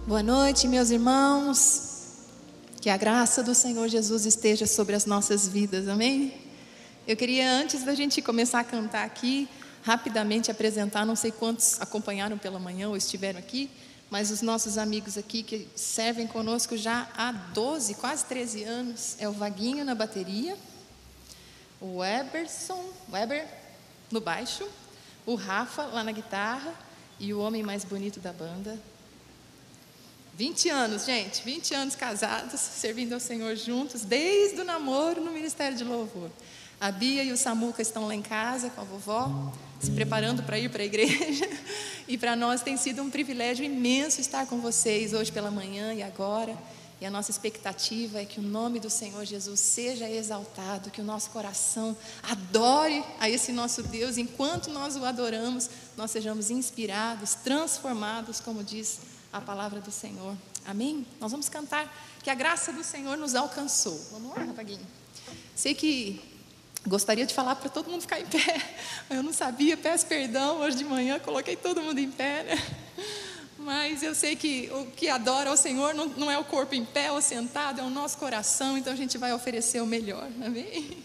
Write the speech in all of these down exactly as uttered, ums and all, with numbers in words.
Boa noite, meus irmãos. Que a graça do Senhor Jesus esteja sobre as nossas vidas, amém? Eu queria, antes da gente começar a cantar aqui, rapidamente apresentar, não sei quantos acompanharam pela manhã ou estiveram aqui, mas os nossos amigos aqui que servem conosco já há doze, quase treze anos, é o Vaguinho na bateria, o Eberson, Weber no baixo, o Rafa lá na guitarra e o homem mais bonito da banda. vinte anos, gente, vinte anos casados, servindo ao Senhor juntos, desde o namoro no Ministério de Louvor. A Bia e o Samuca estão lá em casa com a vovó, se preparando para ir para a igreja. E para nós tem sido um privilégio imenso estar com vocês hoje pela manhã e agora. E a nossa expectativa é que o nome do Senhor Jesus seja exaltado, que o nosso coração adore a esse nosso Deus. Enquanto nós o adoramos, nós sejamos inspirados, transformados, como diz a palavra do Senhor. Amém? Nós vamos cantar que a graça do Senhor nos alcançou. Vamos lá, Vaguinho. Sei que gostaria de falar para todo mundo ficar em pé. Eu não sabia, peço perdão. Hoje de manhã coloquei todo mundo em pé, né? Mas eu sei que o que adora ao Senhor não, não é o corpo em pé ou sentado, é o nosso coração. Então a gente vai oferecer o melhor. Amém?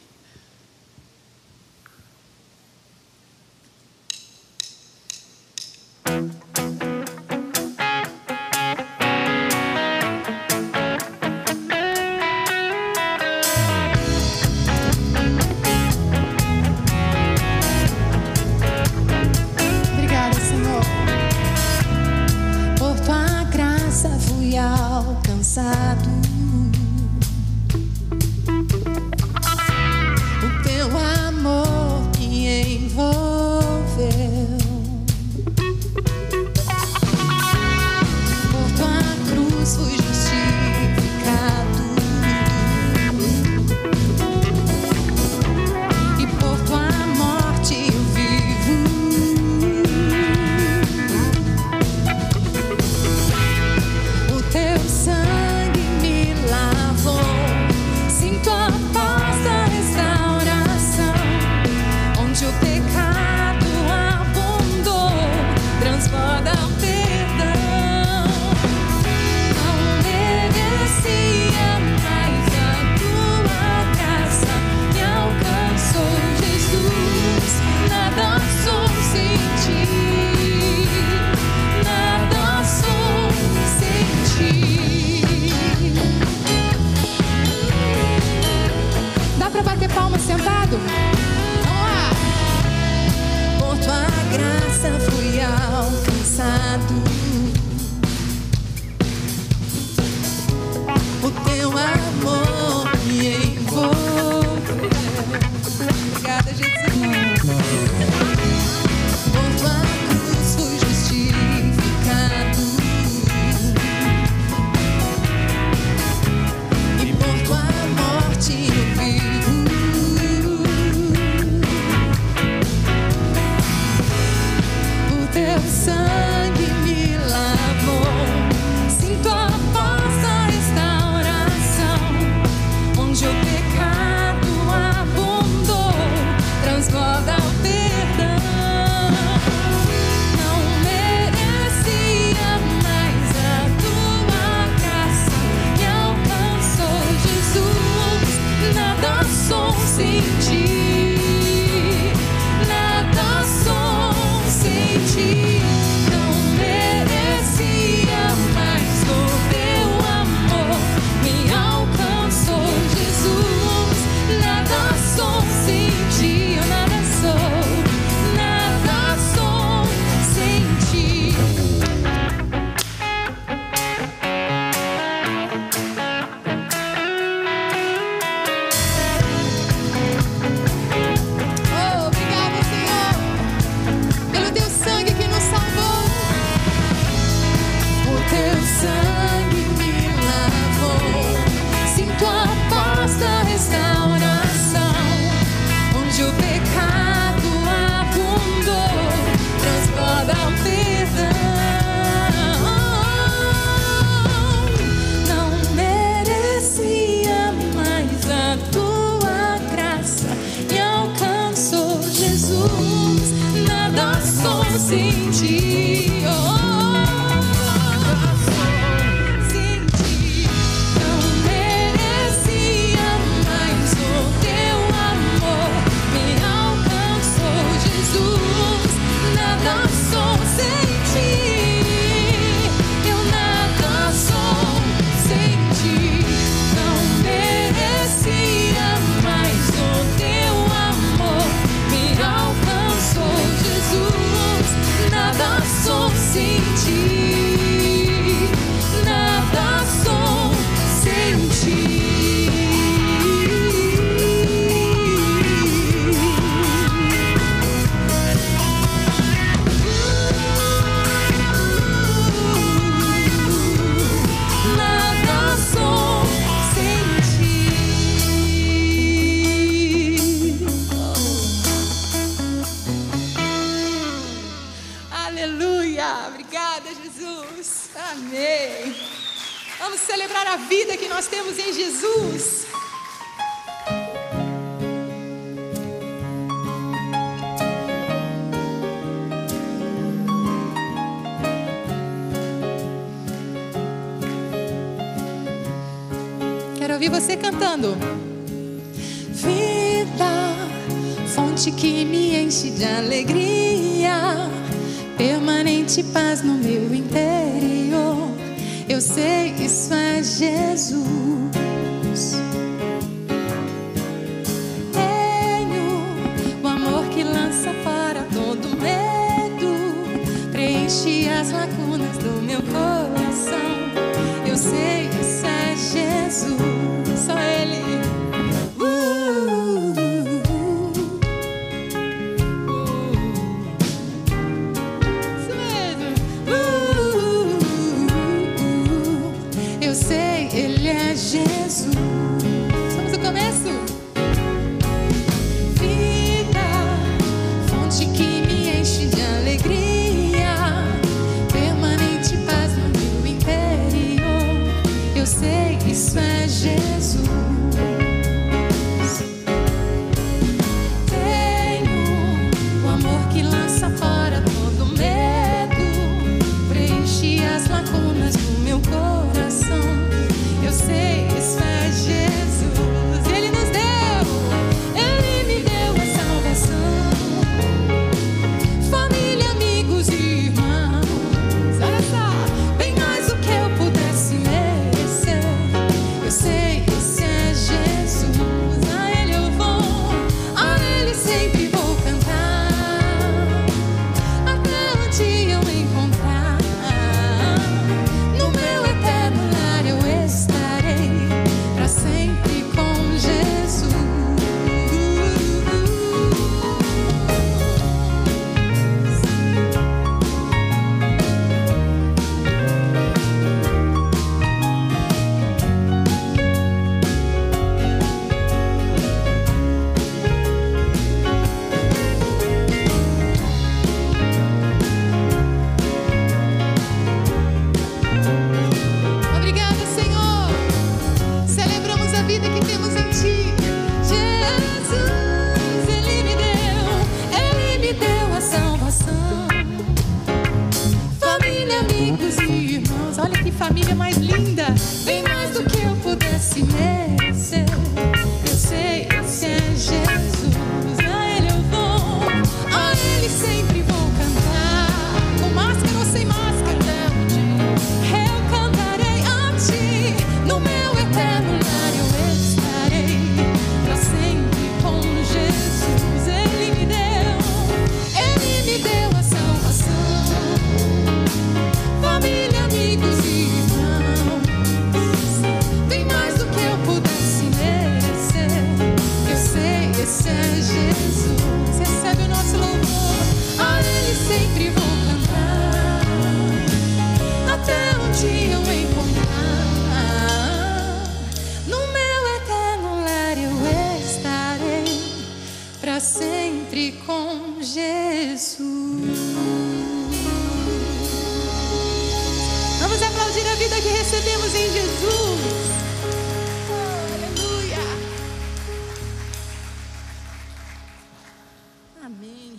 Alcançado, o teu amor me envolveu, por tua cruz fui justificado, e por tua morte eu vivo. O teu sangue me lavou, sinto a paz da restauração, onde o pecado abundou, transborda o perdão. Não merecia, mas a tua graça me alcançou, Jesus. Nada sou sem ti, nada sou sem ti. Dá pra bater palma sentado? Vamos lá! Por tua graça fui alcançado, o teu amor me envolveu. Obrigada, Jesus. Por tua cruz fui justificado, e por tua morte eu vivo. O teu sangue me lavou, sinto a paz da restauração, onde o pecado abundou, transborda o perdão. Não merecia, mas a tua graça me alcançou, Jesus. Nada sou sem ti, nada sou sem ti. Não merecia, mas o teu amor me alcançou, Jesus. Nada sou sem ti, eu nada sou, nada sou sem ti. Oh, obrigada, Senhor, pelo teu sangue que nos salvou. O teu sangue me lavou, sinto a paz da restauração, onde o pecado abundou, transborda o perdão. Não merecia, mas a tua graça me alcançou, Jesus. Nada sou sem ti. Oh, Obrigada, Jesus. Amém. Vamos celebrar a vida que nós temos em Jesus. Quero ouvir você cantando. Vida, fonte que me enche de alegria, permanente paz no meu interior. Eu sei que isso é Jesus. Tenho o amor que lança fora todo medo, preenche as lacunas do meu coração. Eu sei que isso é Jesus, só Ele. Jesus, vamos ao começo. Vida, fonte que me enche de alegria, permanente paz no meu interior. Eu sei que isso é Jesus. Tenho o amor que lança fora todo medo, preenche as lacunas do meu coração. Eu sei que isso é Jesus. Ele nos deu, Ele me deu a salvação. Família, amigos e irmãos, olha só, bem mais do que eu pudesse merecer. Eu sei que isso é Jesus. A Ele eu vou, a Ele sempre vou cantar, até um dia eu encontrar. No meu eterno lar eu estarei pra sempre com Jesus. Obrigada, Senhor. Celebramos a vida que temos em Ti. Jesus, Ele me deu, Ele me deu a salvação. Família, amigos e irmãos, olha que família mais linda, bem mais do que eu pudesse merecer. Eu sei que esse é Jesus. A Ele eu vou, a Ele sempre vou cantar, com máscara ou sem máscara. Eu cantarei a Ti, no meu eterno lar eu estarei pra sempre com Jesus. Ele me deu, Ele me deu a salvação. Família, amigos e irmãos, bem mais do que eu pudesse merecer. Eu sei, esse é Jesus. Recebe o nosso louvor, a Ele sempre vou cantar, até um dia eu encontrar. No meu eterno lar eu estarei pra sempre com Jesus. Vamos aplaudir a vida que recebemos em Jesus. Oh, aleluia. Amém.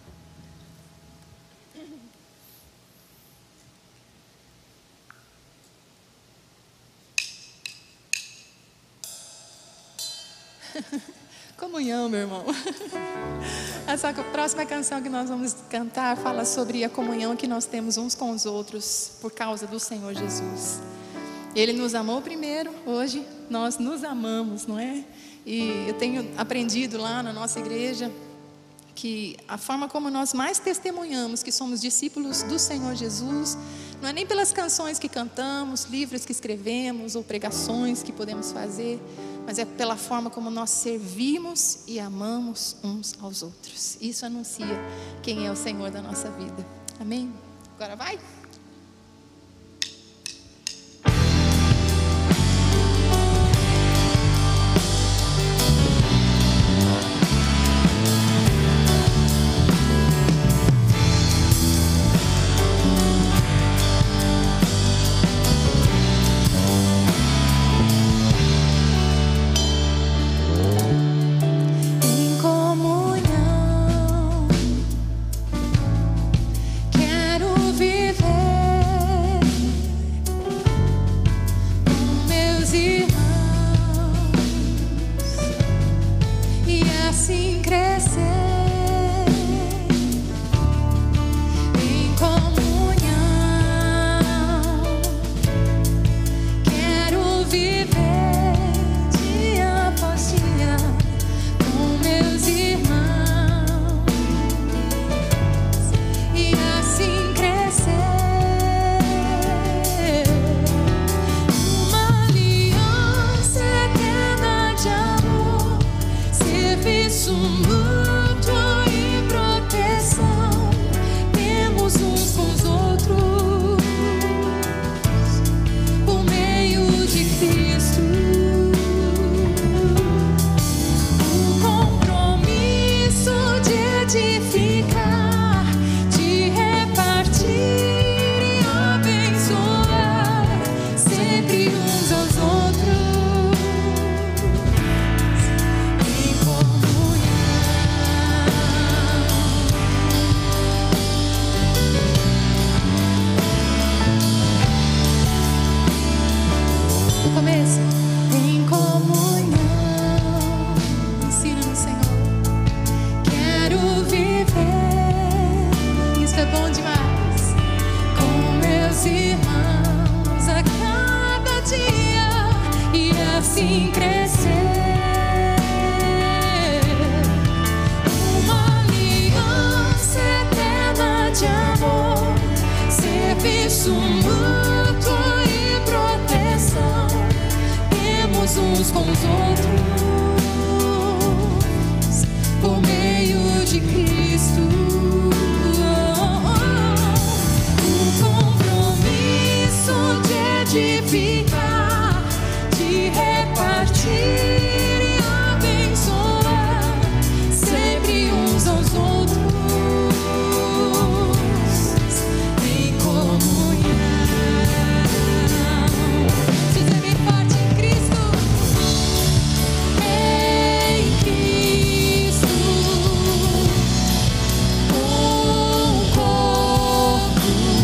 Comunhão, meu irmão. Essa próxima canção que nós vamos cantar fala sobre a comunhão que nós temos uns com os outros por causa do Senhor Jesus. Ele nos amou primeiro, hoje nós nos amamos, não é? E eu tenho aprendido lá na nossa igreja que a forma como nós mais testemunhamos que somos discípulos do Senhor Jesus não é nem pelas canções que cantamos, livros que escrevemos ou pregações que podemos fazer, mas é pela forma como nós servimos e amamos uns aos outros. Isso anuncia quem é o Senhor da nossa vida. Amém? Agora vai! edificar, de repartir e abençoar, sempre uns aos outros, em comunhão. No começo, em comunhão, ensina-nos, Senhor. Quero viver, isso é bom demais, com meus irmãos a cada dia e assim crescer. Uma aliança eterna de amor, serviço mútuo e proteção. Temos uns com os outros por meio de Cristo. Um compromisso de edificar, de repartir e abençoar, sempre uns aos outros, em comunhão. Diz bem forte: em Cristo, em Cristo, um corpo,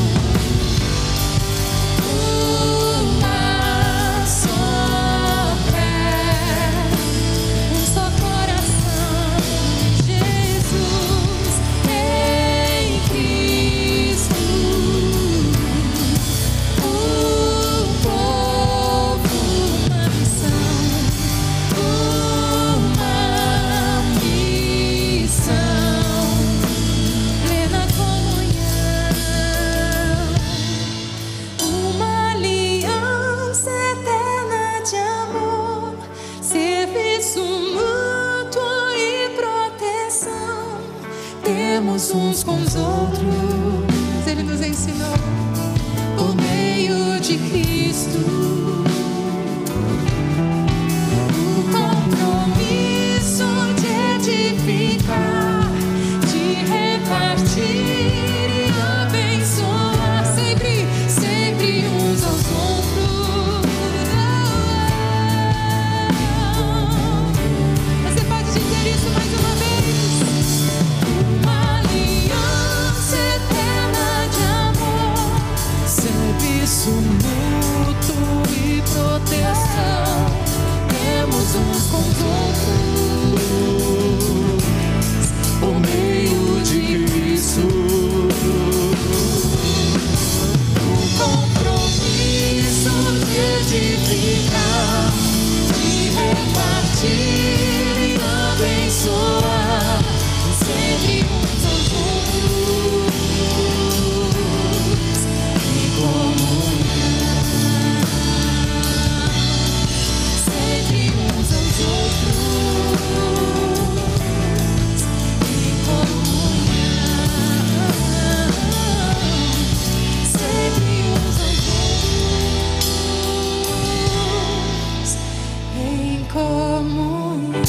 uma só fé, um só coração, Jesus, em Cristo, um povo, uma missão, uma missão, plena comunhão. Uma aliança eterna de amor, serviço mútuo e proteção. Temos uns com os outros, Ele nos ensinou, por meio de Cristo. O compromisso de edificar, de repartir e abençoar, sempre, sempre uns aos outros. Você pode dizer isso mais uma vez? Uma aliança eterna de amor, serviço mútuo e proteção. Temos uns com os outros, por meio de Cristo. Um compromisso de edificar, de repartir e abençoar, sempre uns aos outros, em comunhão. Sempre uns aos outros, em comunhão. Sempre uns aos outros, em comunhão.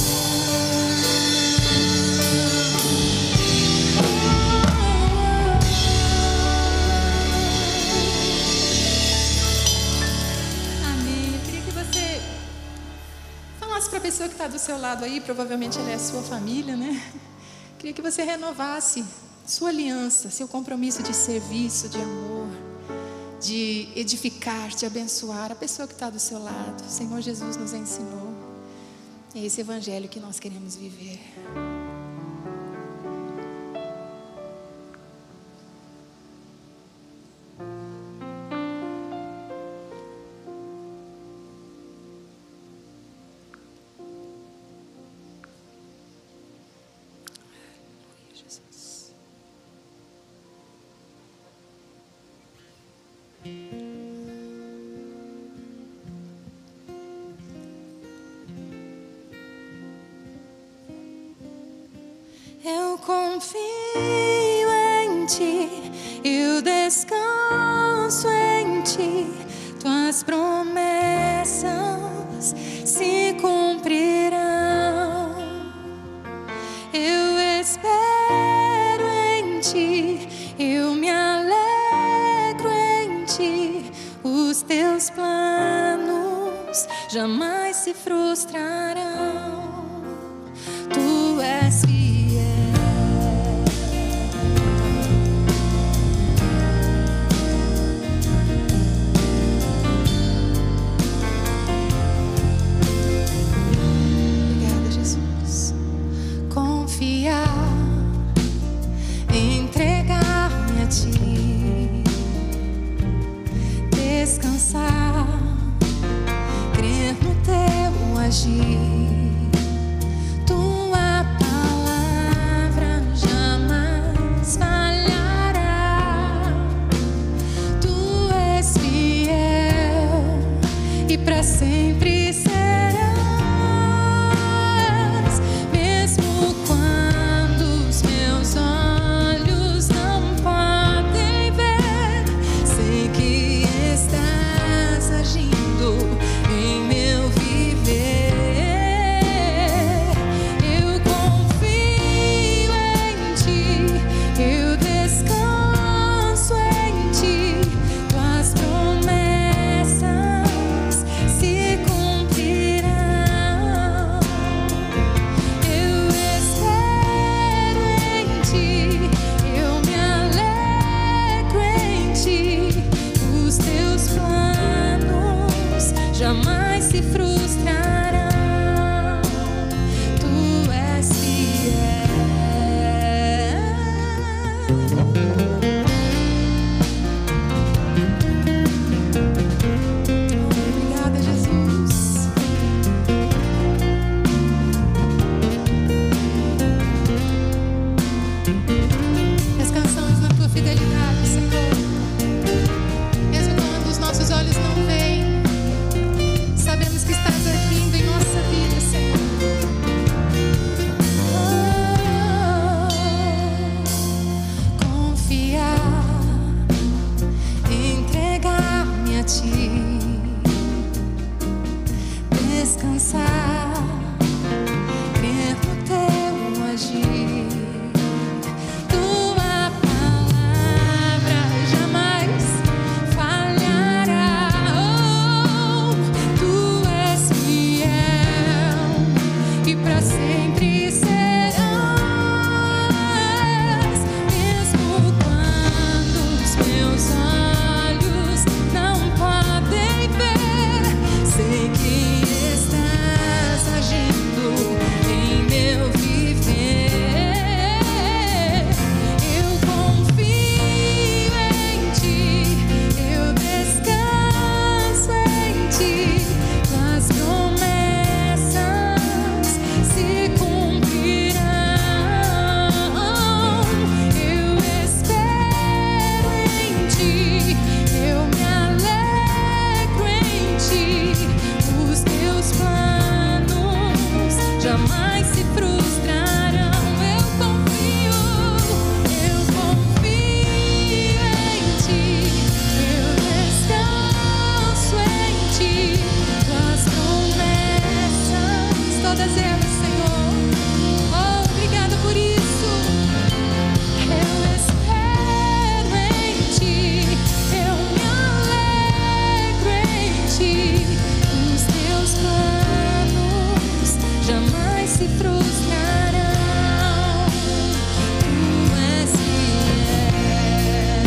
Amém. Eu queria que você falasse para a pessoa que está do seu lado aí, provavelmente ela é a sua família, né? Queria que você renovasse sua aliança, seu compromisso de serviço, de amor, de edificar, de abençoar a pessoa que está do seu lado. O Senhor Jesus nos ensinou. É esse evangelho que nós queremos viver. Jesus. Eu confio em Ti, eu descanso em Ti, Tuas promessas se cumprirão. Eu espero jamais se frustrarão. Tu és fiel. Obrigada, Jesus. Confiar, entregar-me a Ti, descansar, crer no Teu agir. Tua palavra jamais falhará. Tu és fiel e para sempre serás. Mesmo quando os meus olhos não podem ver, sei que estás agindo em meu viver. Eu confio em Ti, eu descanso em Ti. Tuas promessas se cumprirão. Eu espero em Ti, eu me alegro em Ti. Os Teus planos jamais se frustrarão. Tu és fiel. Obrigada, Jesus. Descansamos na Tua fidelidade, Senhor. Mesmo quando os nossos olhos não veem, sabemos que estás agindo em nossa vida, Senhor. Oh, confiar, entregar-me a Ti, descansar, crer no Teu agir. Tua palavra jamais falhará. Oh, Tu és fiel e para sempre serás. Mesmo quando os meus olhos não podem ver, sei que estás agindo em meu viver. Eu confio em Ti, eu descanso em Ti. Tuas promessas se cumprirão. Eu espero em Ti, eu me alegro em Ti. Os Teus planos jamais se frustrarão. Eu confio, eu confio em Ti, eu descanso em Ti. Tuas promessas, todas elas, Senhor. Oh, obrigada por isso. Eu espero em Ti, eu me alegro em Ti. Os Teus planos jamais se frustrarão. Tu és fiel.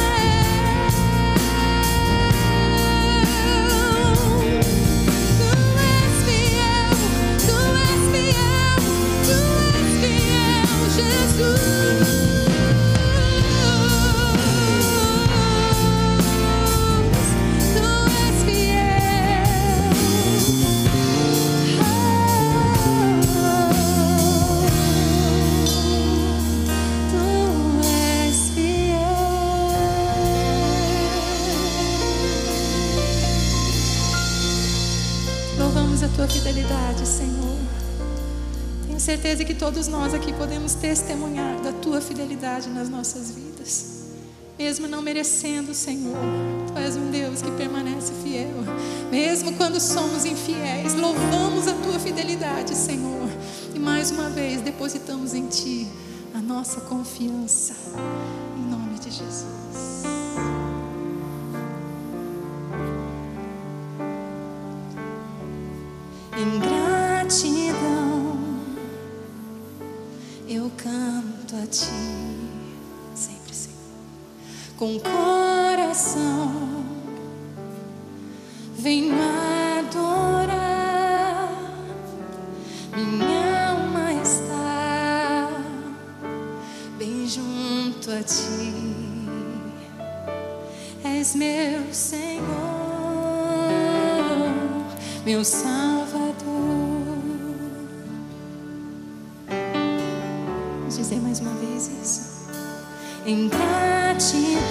Tu és fiel, Tu és fiel, Tu és fiel, Jesus. Tu és fiel. Tu és fiel. Louvamos a Tua fidelidade, Senhor. Tenho certeza que todos nós aqui podemos testemunhar da Tua fidelidade nas nossas vidas. Mesmo não merecendo, Senhor, Tu és um Deus que permanece fiel. Mesmo quando somos infiéis, louvamos a Tua fidelidade, Senhor. E mais uma vez depositamos em Ti a nossa confiança. Em nome de Jesus. Em gratidão eu canto a Ti, sempre, Senhor, com o coração venho adorar. Minha alma está bem junto a Ti, és meu Senhor, meu Salvador. Vamos dizer mais uma vez isso. Em gratidão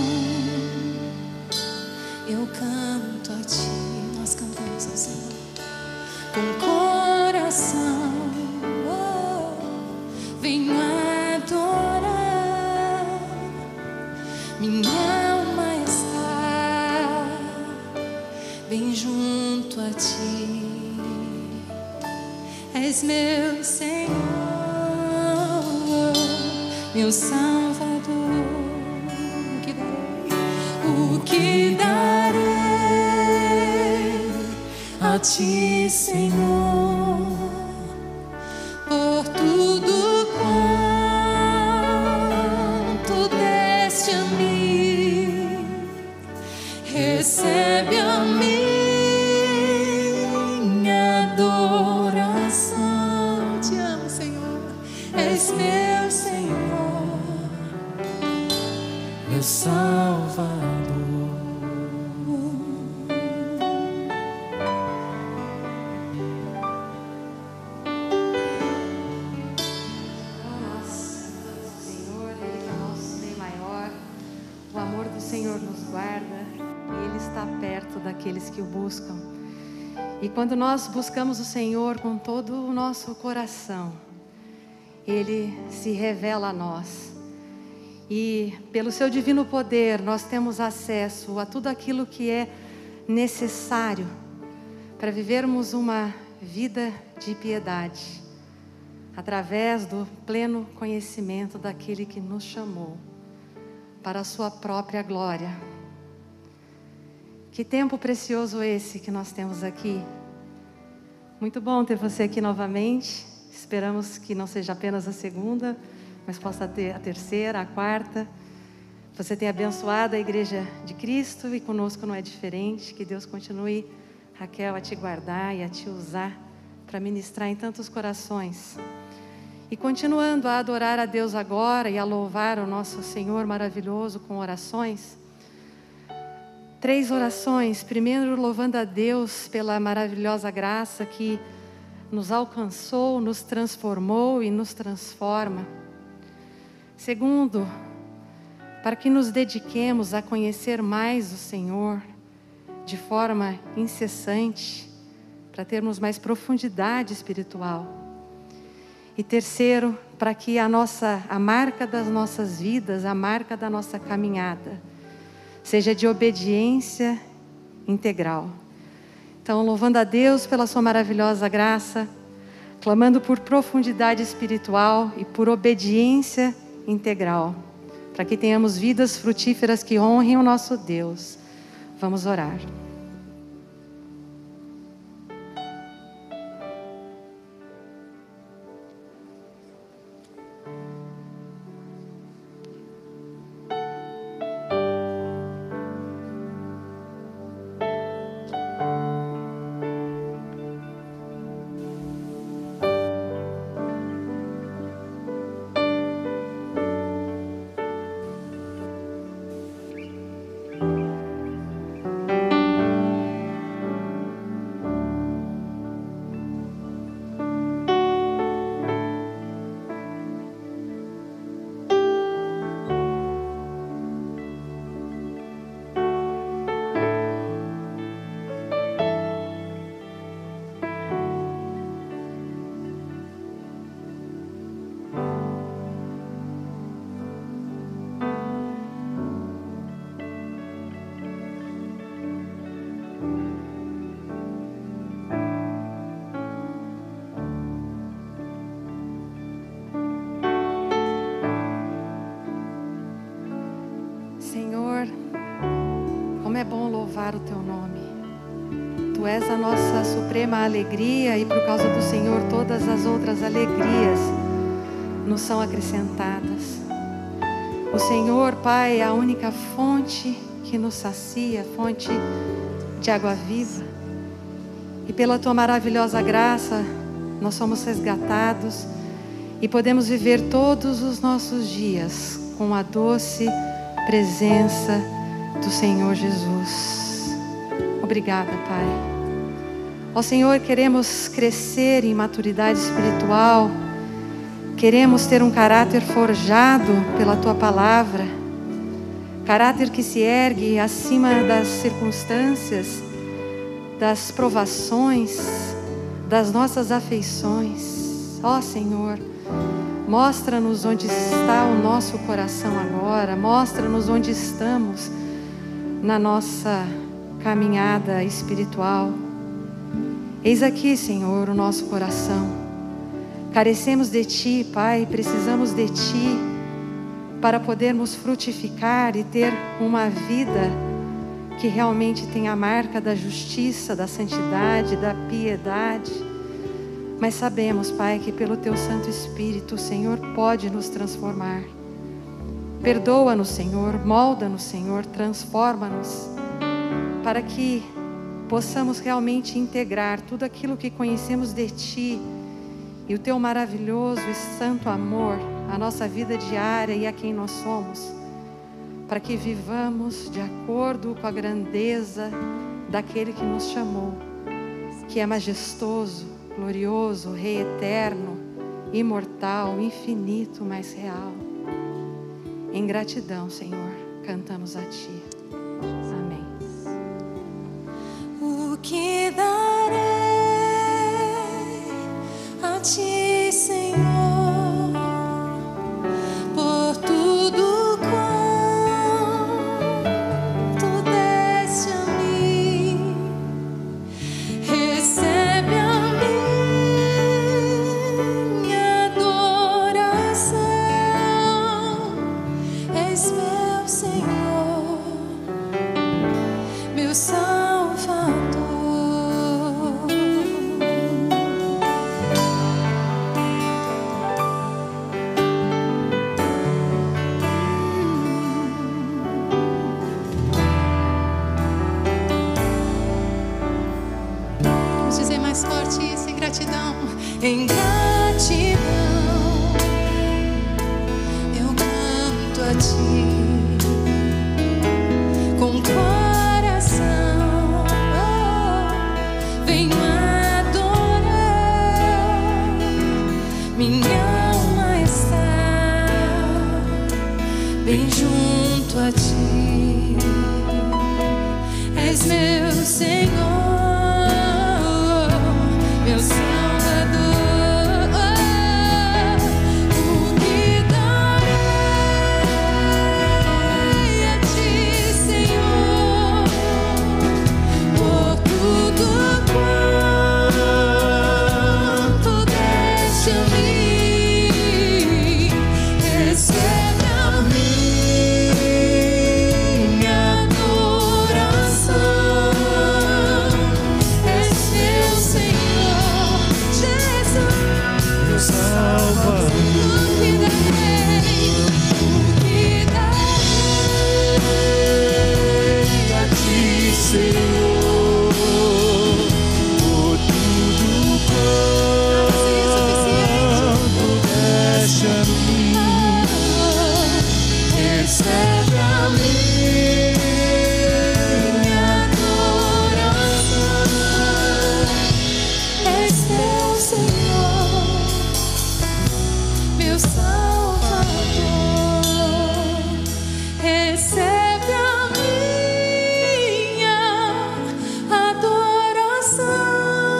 eu canto a Ti. Nós cantamos ao Senhor com o coração, oh, venho adorar. Minha alma está bem junto a Ti, és meu Senhor, meu Salvador. O que darei a Ti, Senhor, por tudo quanto deste a mim. Recebe a minha adoração. Te amo, Senhor, és meu Senhor, meu Salvador. Daqueles que o buscam. E quando nós buscamos o Senhor com todo o nosso coração, Ele se revela a nós. E pelo seu divino poder, nós temos acesso a tudo aquilo que é necessário para vivermos uma vida de piedade, através do pleno conhecimento daquele que nos chamou para a sua própria glória. Que tempo precioso esse que nós temos aqui. Muito bom ter você aqui novamente. Esperamos que não seja apenas a segunda, mas possa ter a terceira, a quarta. Você tem abençoado a Igreja de Cristo e conosco não é diferente. Que Deus continue, Raquel, a te guardar e a te usar para ministrar em tantos corações. E continuando a adorar a Deus agora e a louvar o nosso Senhor maravilhoso com orações. Três orações. Primeiro, louvando a Deus pela maravilhosa graça que nos alcançou, nos transformou e nos transforma. Segundo, para que nos dediquemos a conhecer mais o Senhor de forma incessante, para termos mais profundidade espiritual. E terceiro, para que a nossa, a marca das nossas vidas, a marca da nossa caminhada, seja de obediência integral. Então, louvando a Deus pela sua maravilhosa graça, clamando por profundidade espiritual e por obediência integral, para que tenhamos vidas frutíferas que honrem o nosso Deus. Vamos orar. Senhor, como é bom louvar o Teu nome. Tu Tu és a nossa suprema alegria e por causa do Senhor todas as outras alegrias nos são acrescentadas. O Senhor, Pai, é a única fonte que nos sacia, fonte de água viva. E pela Tua maravilhosa graça, nós somos resgatados e podemos viver todos os nossos dias com a doce presença do Senhor Jesus. Obrigada, Pai. Ó Senhor, queremos crescer em maturidade espiritual, queremos ter um caráter forjado pela Tua palavra, caráter que se ergue acima das circunstâncias, das provações, das nossas afeições. Ó Senhor, mostra-nos onde está o nosso coração agora, mostra-nos onde estamos na nossa caminhada espiritual. Eis aqui, Senhor, o nosso coração. Carecemos de Ti, Pai, precisamos de Ti para podermos frutificar e ter uma vida que realmente tem a marca da justiça, da santidade, da piedade. Mas sabemos, Pai, que pelo Teu Santo Espírito o Senhor pode nos transformar. Perdoa-nos, Senhor, molda-nos, Senhor, transforma-nos, para que possamos realmente integrar tudo aquilo que conhecemos de Ti e o Teu maravilhoso e santo amor à nossa vida diária e a quem nós somos, para que vivamos de acordo com a grandeza daquele que nos chamou, que é majestoso, glorioso, Rei eterno, imortal, infinito, mas real. Em gratidão, Senhor, cantamos a Ti. Amém. O que darei a Ti, Senhor, por tudo quanto deste a mim. Recebe a minha adoração. És meu Senhor, meu Salvador. Vamos dizer mais forte isso, em gratidão. Em gratidão eu canto a Ti com coração, oh, venho adorar. Minha alma está bem junto a Ti. És meu Senhor, meu Salvador. O que darei a Ti, Senhor, por tudo quanto deste a mim. Recebe a minha adoração. És meu Senhor, Jesus, meu Salvador. O que darei, o que darei a Ti, Senhor, por tudo quanto deste a mim. Recebe a minha adoração. És meu Senhor, meu Salvador. Recebe a minha adoração.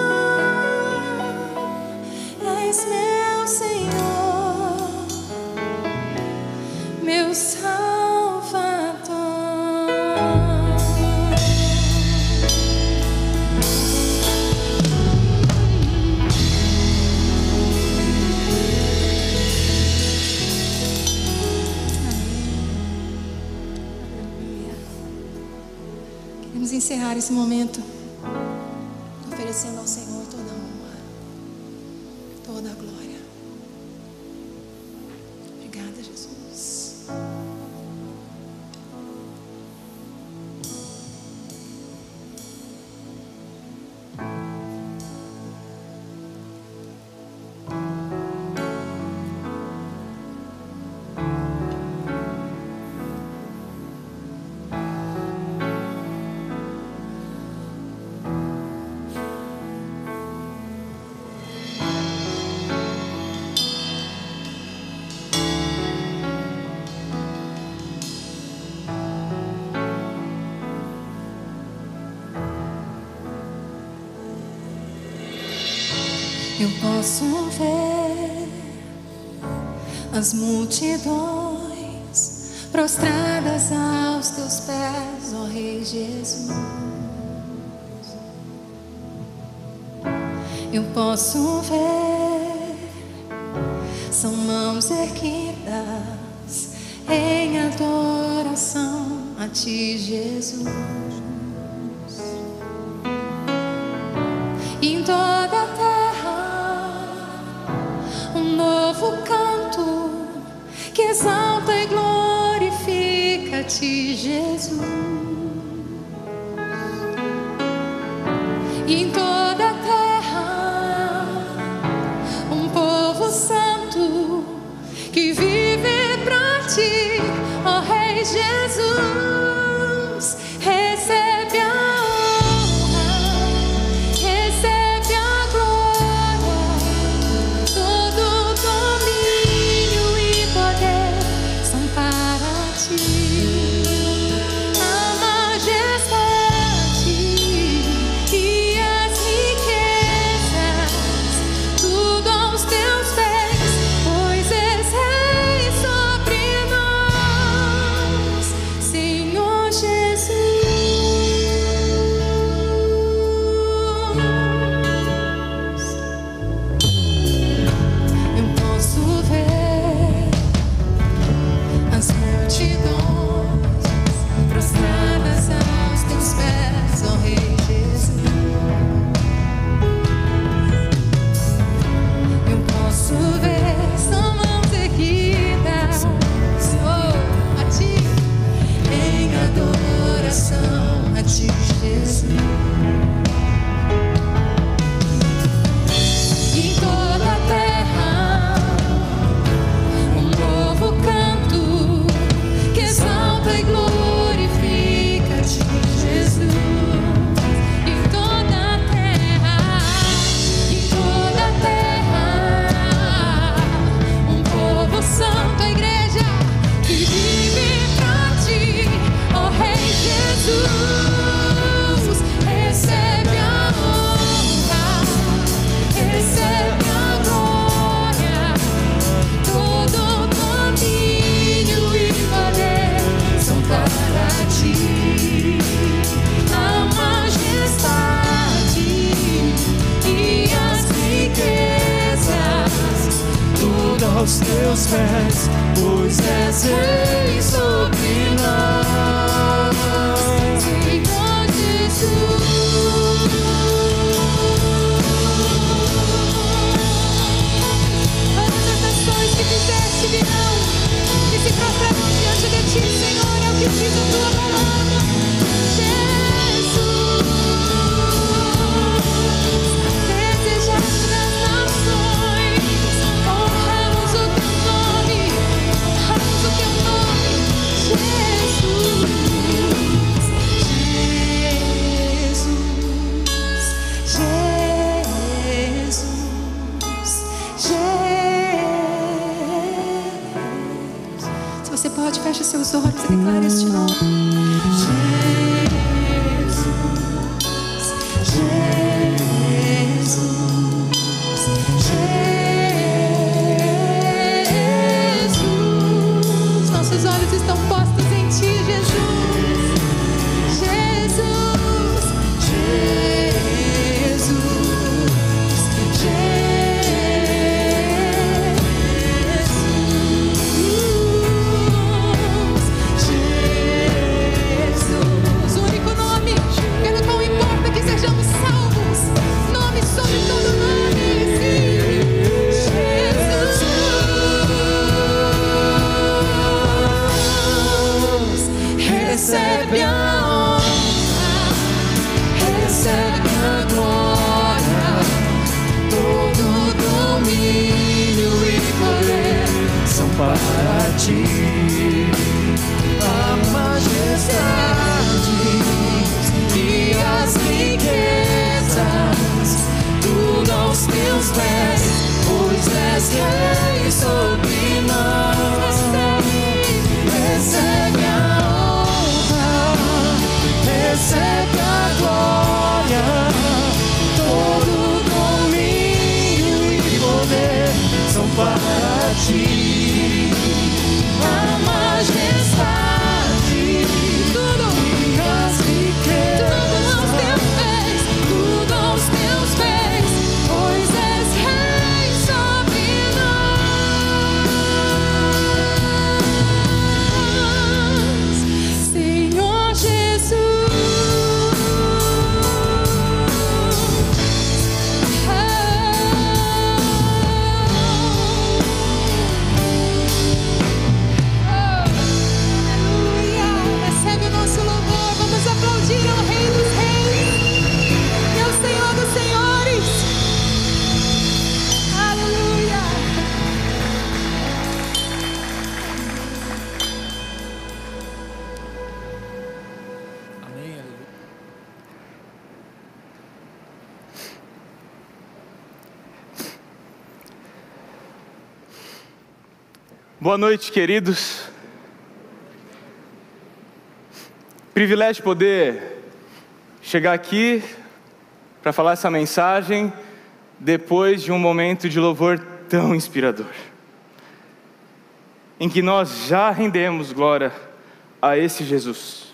És meu Senhor, meu Salvador. Queremos encerrar esse momento oferecendo ao Senhor toda a honra, toda a glória. Obrigada, Jesus. Eu posso ver as multidões prostradas aos teus pés, ó Rei Jesus. Eu posso ver, são mãos erguidas em adoração a Ti, Jesus. Em toda a terra um novo canto que exalta e glorifica a Ti, Jesus. E em toda a terra um povo santo que vive pra Ti, ó Rei Jesus. Recebe a honra, recebe a glória, todo domínio e poder são para Ti. A majestade e as riquezas, tudo aos Teus pés, pois és Rei sobre nós, Senhor Jesus. Eu posso ver as multidões prostradas aos Teus pés, ó Rei Jesus. Eu posso ver, são mãos erguidas, oh, a Ti, em adoração a Ti, Jesus. Em toda a terra um novo canto que exalta e glorifica a Ti, Jesus. Em toda a terra, em toda a terra, um povo santo, a igreja que vive pra Ti, ó Rei Jesus. Recebe a honra, recebe a glória, todo domínio e poder são para Ti. A majestade e as riquezas, Tudo aos Teus pés, pois és Rei sobre nós. Senhor Jesus. Todas as nações que fizeste virão e se prostrarão diante de Ti, Senhor, é o que diz a Tua palavra. Jesus, desejado das nações, honramos o Teu nome, honramos o Teu nome, Jesus, Jesus, Jesus. Se você pode, feche seus olhos e declare este nome. Jesus, Jesus. Nossos olhos estão postos em Ti, Jesus. Jesus, Jesus, Jesus. para ti. A majestade e as riquezas, tudo aos teus pés, pois és rei sobre nós. Recebe a honra, recebe a glória, todo domínio e poder são para ti. A majestade, tudo e as riquezas, tudo aos teus pés, pois és rei sobre nós, Senhor Jesus. Aleluia! Recebe o nosso louvor. Vamos aplaudir ao Rei dos Reis e ao Senhor dos Senhores. Aleluia! Amém, aleluia. Boa noite, queridos. Privilégio poder chegar aqui para falar essa mensagem depois de um momento de louvor tão inspirador, em que nós já rendemos glória a esse Jesus.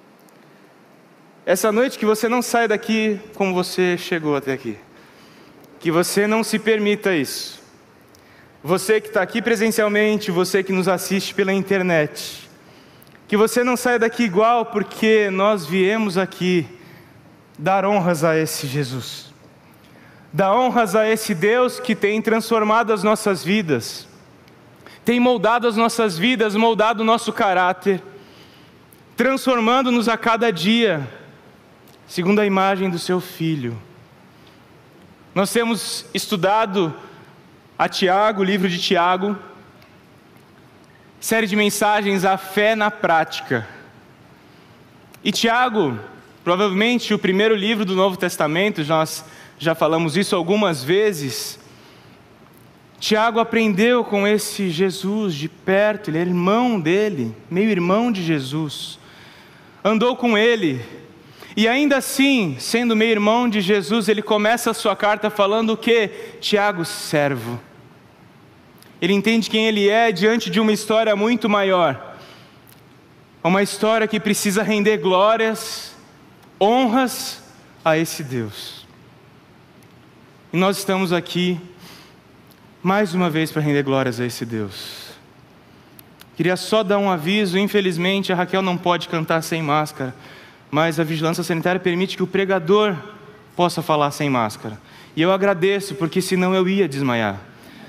Essa noite que você não saia daqui como você chegou até aqui, que você não se permita isso. Você que está aqui presencialmente, você que nos assiste pela internet, que você não saia daqui igual, porque nós viemos aqui dar honras a esse Jesus, dar honras a esse Deus que tem transformado as nossas vidas, tem moldado as nossas vidas, moldado o nosso caráter, transformando-nos a cada dia, segundo a imagem do seu Filho. Nós temos estudado a Tiago, o livro de Tiago, série de mensagens, a fé na prática. E Tiago, provavelmente o primeiro livro do Novo Testamento, nós já falamos isso algumas vezes. Tiago aprendeu com esse Jesus de perto, ele é irmão dele, meio irmão de Jesus. Andou com ele, e ainda assim, sendo meio irmão de Jesus, ele começa a sua carta falando o quê? Tiago, servo. Ele entende quem ele é diante de uma história muito maior. Uma história que precisa render glórias, honras a esse Deus. E nós estamos aqui, mais uma vez, para render glórias a esse Deus. Queria só dar um aviso, infelizmente a Raquel não pode cantar sem máscara, mas a vigilância sanitária permite que o pregador possa falar sem máscara. E eu agradeço, porque senão eu ia desmaiar.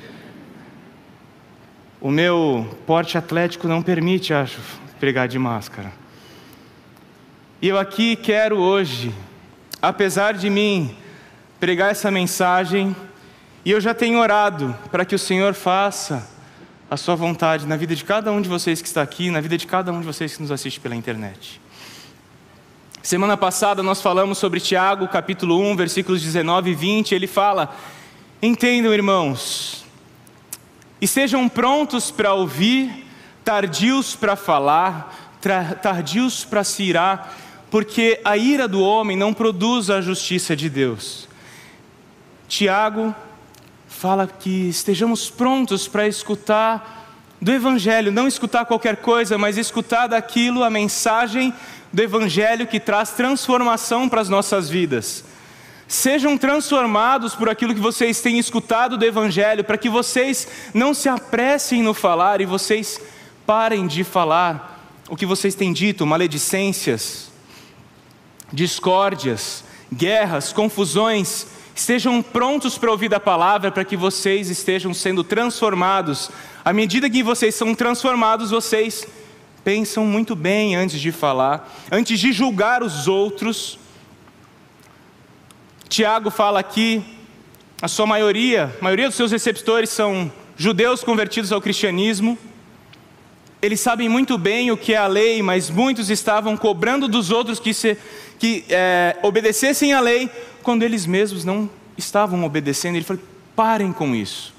O meu porte atlético não permite, acho, pregar de máscara. E eu aqui quero hoje, apesar de mim, pregar essa mensagem, e eu já tenho orado para que o Senhor faça a sua vontade na vida de cada um de vocês que está aqui, na vida de cada um de vocês que nos assiste pela internet. Semana passada nós falamos sobre Tiago, capítulo um, versículos dezenove e vinte, ele fala: entendam, irmãos, e sejam prontos para ouvir, tardios para falar, tardios para se irar, porque a ira do homem não produz a justiça de Deus. Tiago fala que estejamos prontos para escutar do Evangelho, não escutar qualquer coisa, mas escutar daquilo, a mensagem do Evangelho que traz transformação para as nossas vidas. Sejam transformados por aquilo que vocês têm escutado do Evangelho, para que vocês não se apressem no falar e vocês parem de falar o que vocês têm dito, maledicências, discórdias, guerras, confusões. Estejam prontos para ouvir a palavra, para que vocês estejam sendo transformados. À medida que vocês são transformados, vocês pensam muito bem antes de falar, antes de julgar os outros. Tiago fala aqui, a sua maioria, a maioria dos seus receptores são judeus convertidos ao cristianismo. Eles sabem muito bem o que é a lei, mas muitos estavam cobrando dos outros que, se, que é, obedecessem a lei, quando eles mesmos não estavam obedecendo. Ele falou: parem com isso.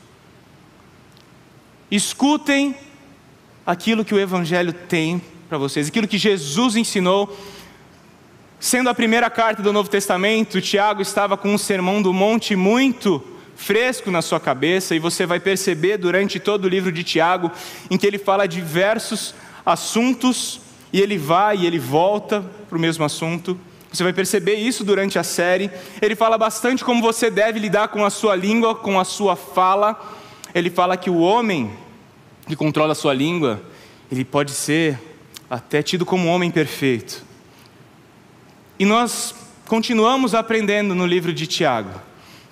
Escutem aquilo que o Evangelho tem para vocês, aquilo que Jesus ensinou. Sendo a primeira carta do Novo Testamento, Tiago estava com um sermão do monte muito fresco na sua cabeça, e você vai perceber durante todo o livro de Tiago, em que ele fala de diversos assuntos, e ele vai e ele volta para o mesmo assunto. Você vai perceber isso durante a série. Ele fala bastante como você deve lidar com a sua língua, com a sua fala. Ele fala que o homem que controla a sua língua, ele pode ser até tido como um homem perfeito. E nós continuamos aprendendo no livro de Tiago.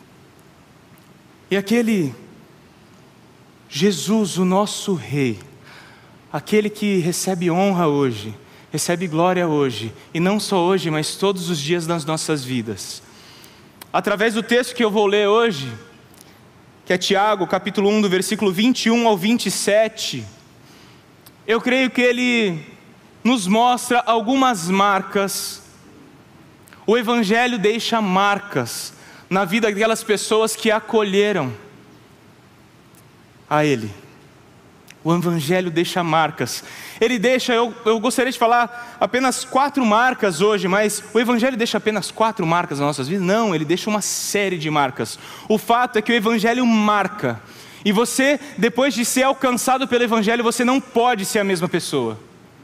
E aquele Jesus, o nosso Rei, aquele que recebe honra hoje, recebe glória hoje, e não só hoje, mas todos os dias das nossas vidas. Através do texto que eu vou ler hoje, que é Tiago, capítulo um, do versículo vinte e um ao vinte e sete, eu creio que ele nos mostra algumas marcas. O Evangelho deixa marcas na vida daquelas pessoas que acolheram a Ele. O Evangelho deixa marcas. Ele deixa, eu, eu gostaria de falar apenas quatro marcas hoje, mas o Evangelho deixa apenas quatro marcas nas nossas vidas? Não, ele deixa uma série de marcas. O fato é que o Evangelho marca. E você, depois de ser alcançado pelo Evangelho, você não pode ser a mesma pessoa.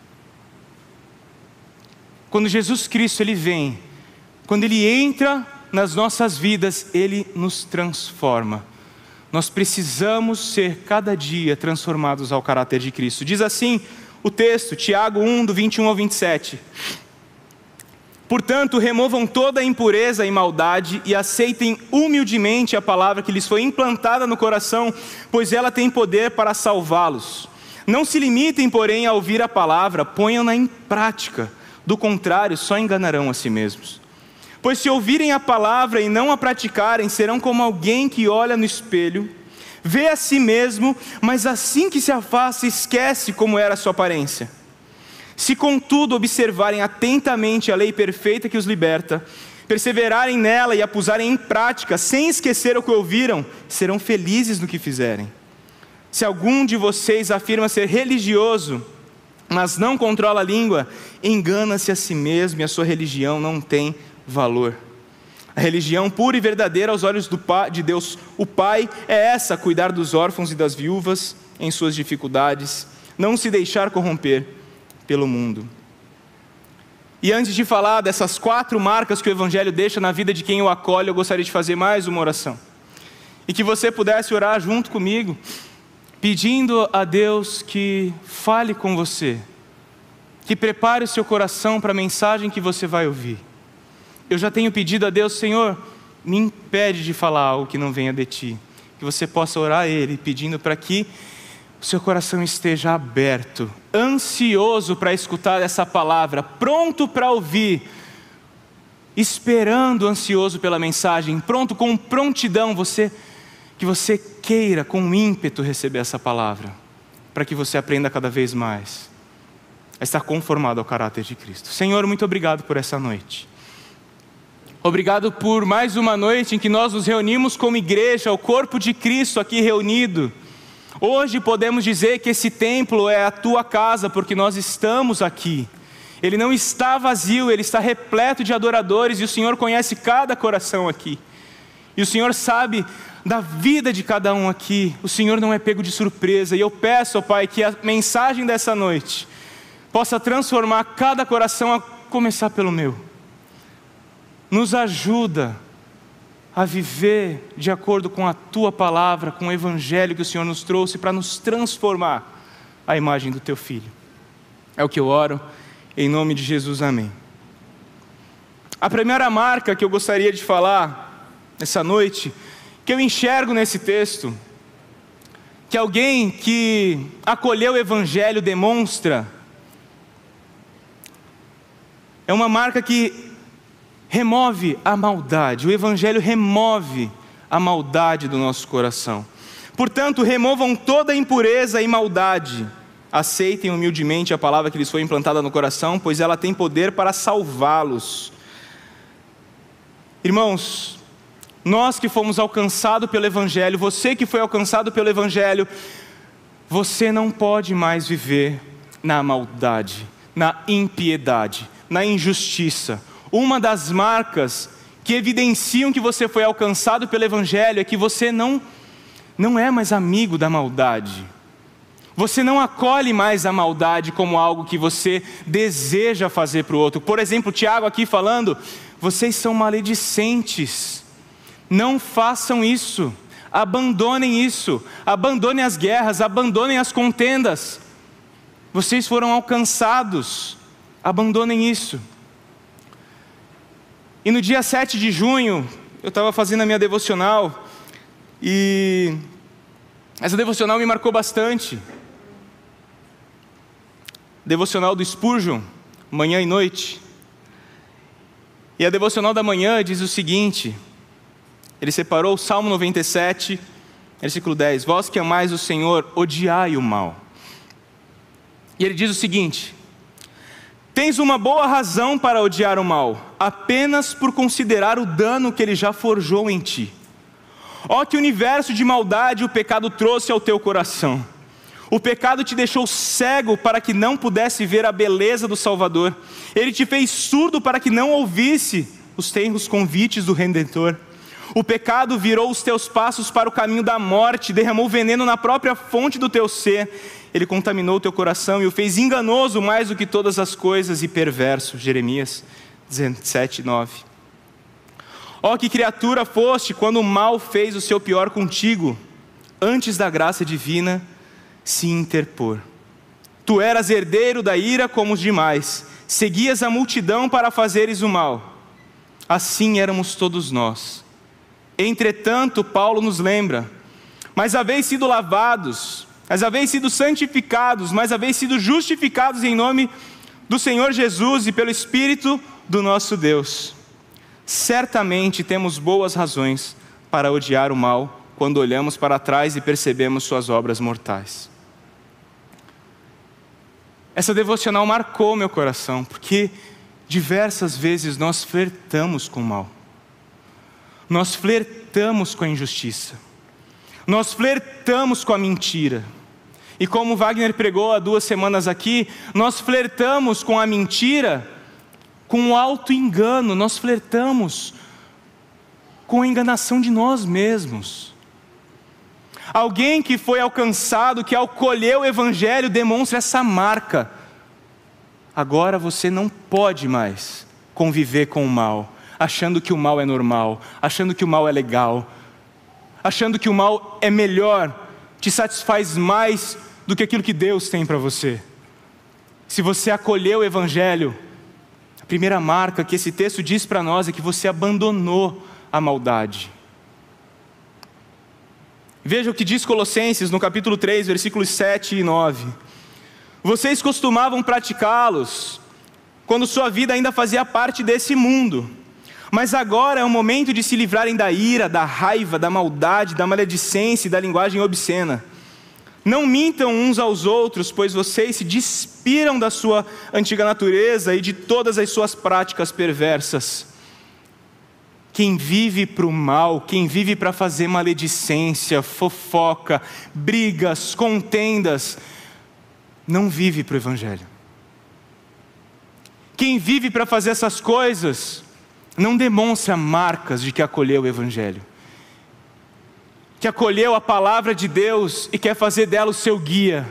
Quando Jesus Cristo ele vem, quando Ele entra nas nossas vidas, Ele nos transforma. Nós precisamos ser cada dia transformados ao caráter de Cristo. Diz assim o texto, Tiago um, do vinte e um ao vinte e sete. Portanto, removam toda a impureza e maldade e aceitem humildemente a palavra que lhes foi implantada no coração, pois ela tem poder para salvá-los. Não se limitem, porém, a ouvir a palavra, ponham-na em prática. Do contrário, só enganarão a si mesmos. Pois se ouvirem a palavra e não a praticarem, serão como alguém que olha no espelho, vê a si mesmo, mas assim que se afasta, esquece como era a sua aparência. Se contudo observarem atentamente a lei perfeita que os liberta, perseverarem nela e a pusarem em prática, sem esquecer o que ouviram, serão felizes no que fizerem. Se algum de vocês afirma ser religioso, mas não controla a língua, engana-se a si mesmo e a sua religião não tem valor. A religião pura e verdadeira aos olhos do pai, de Deus o Pai é essa: cuidar dos órfãos e das viúvas em suas dificuldades, não se deixar corromper pelo mundo. E antes de falar dessas quatro marcas que o Evangelho deixa na vida de quem o acolhe, eu gostaria de fazer mais uma oração, e que você pudesse orar junto comigo, pedindo a Deus que fale com você, que prepare o seu coração para a mensagem que você vai ouvir. Eu já tenho pedido a Deus: Senhor, me impede de falar algo que não venha de Ti. Que você possa orar a Ele, pedindo para que o seu coração esteja aberto, ansioso para escutar essa palavra, pronto para ouvir, esperando, ansioso pela mensagem, pronto, com prontidão, você, que você queira com ímpeto receber essa palavra, para que você aprenda cada vez mais a estar conformado ao caráter de Cristo. Senhor, muito obrigado por essa noite. Obrigado por mais uma noite em que nós nos reunimos como igreja, o corpo de Cristo aqui reunido. Hoje podemos dizer que esse templo é a tua casa, porque nós estamos aqui. Ele não está vazio, ele está repleto de adoradores, e o Senhor conhece cada coração aqui. E o Senhor sabe da vida de cada um aqui. O Senhor não é pego de surpresa. E eu peço, ó Pai, que a mensagem dessa noite possa transformar cada coração, a começar pelo meu. Nos ajuda a viver de acordo com a Tua palavra, com o Evangelho que o Senhor nos trouxe para nos transformar à imagem do Teu Filho. É o que eu oro, em nome de Jesus, amém. A primeira marca que eu gostaria de falar nessa noite, que eu enxergo nesse texto, que alguém que acolheu o Evangelho demonstra, é uma marca que remove a maldade. O Evangelho remove a maldade do nosso coração. Portanto, removam toda a impureza e maldade aceitem humildemente a palavra que lhes foi implantada no coração, pois ela tem poder para salvá-los. Irmãos, nós que fomos alcançados pelo Evangelho, você que foi alcançado pelo Evangelho, você não pode mais viver na maldade, na impiedade, na injustiça. Uma das marcas que evidenciam que você foi alcançado pelo Evangelho é que você não, não é mais amigo da maldade. Você não acolhe mais a maldade como algo que você deseja fazer para o outro. Por exemplo, Tiago aqui falando, vocês são maledicentes. Não façam isso. Abandonem isso. Abandonem as guerras, abandonem as contendas. Vocês foram alcançados. Abandonem isso. E no dia sete de junho, eu estava fazendo a minha devocional, e essa devocional me marcou bastante. Devocional do Spurgeon, manhã e noite. E a devocional da manhã diz o seguinte, ele separou o Salmo noventa e sete, versículo dez, vós que amais o Senhor, odiai o mal. E ele diz o seguinte, tens uma boa razão para odiar o mal, apenas por considerar o dano que ele já forjou em ti. Ó, que universo de maldade o pecado trouxe ao teu coração. O pecado te deixou cego para que não pudesse ver a beleza do Salvador. Ele te fez surdo para que não ouvisse os tenros convites do Redentor. O pecado virou os teus passos para o caminho da morte, derramou veneno na própria fonte do teu ser. Ele contaminou o teu coração e o fez enganoso mais do que todas as coisas e perverso. Jeremias dezessete, nove. Ó, que criatura foste quando o mal fez o seu pior contigo, antes da graça divina se interpor. Tu eras herdeiro da ira como os demais, seguias a multidão para fazeres o mal. Assim éramos todos nós. Entretanto, Paulo nos lembra, mas haveis sido lavados, mas haveis sido santificados, mas haveis sido justificados em nome do Senhor Jesus e pelo Espírito do nosso Deus. Certamente temos boas razões para odiar o mal quando olhamos para trás e percebemos suas obras mortais. Essa devocional marcou meu coração, porque diversas vezes nós flertamos com o mal. Nós flertamos com a injustiça. Nós flertamos com a mentira. E como Wagner pregou há duas semanas aqui, nós flertamos com a mentira, com o auto-engano, nós flertamos com a enganação de nós mesmos. Alguém que foi alcançado, que ao colher o Evangelho demonstra essa marca. Agora você não pode mais conviver com o mal, achando que o mal é normal, achando que o mal é legal, achando que o mal é melhor, te satisfaz mais do que aquilo que Deus tem para você. Se você acolheu o Evangelho, a primeira marca que esse texto diz para nós é que você abandonou a maldade. Veja o que diz Colossenses no capítulo três, versículos sete e nove. Vocês costumavam praticá-los quando sua vida ainda fazia parte desse mundo. Mas agora é o momento de se livrarem da ira, da raiva, da maldade, da maledicência e da linguagem obscena. Não mintam uns aos outros, pois vocês se despiram da sua antiga natureza e de todas as suas práticas perversas. Quem vive para o mal, quem vive para fazer maledicência, fofoca, brigas, contendas, não vive para o Evangelho. Quem vive para fazer essas coisas, não demonstra marcas de que acolheu o Evangelho, que acolheu a palavra de Deus e quer fazer dela o seu guia.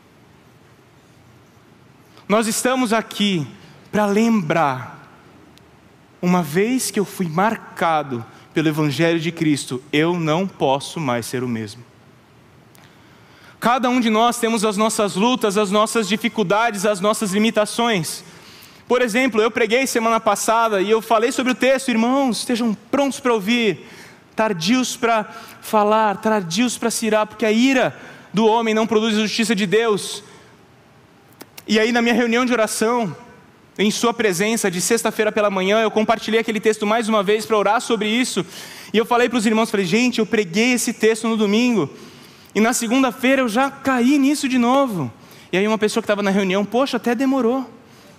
Nós estamos aqui para lembrar, uma vez que eu fui marcado pelo Evangelho de Cristo, eu não posso mais ser o mesmo. Cada um de nós temos as nossas lutas, as nossas dificuldades, as nossas limitações. Por exemplo, eu preguei semana passada e eu falei sobre o texto, irmãos, estejam prontos para ouvir, tardios para falar, tardios para se irar, porque a ira do homem não produz a justiça de Deus. E aí na minha reunião de oração, em sua presença, de sexta-feira pela manhã, eu compartilhei aquele texto mais uma vez para orar sobre isso, e eu falei para os irmãos, falei, gente, eu preguei esse texto no domingo, e na segunda-feira eu já caí nisso de novo. E aí uma pessoa que estava na reunião, poxa, até demorou.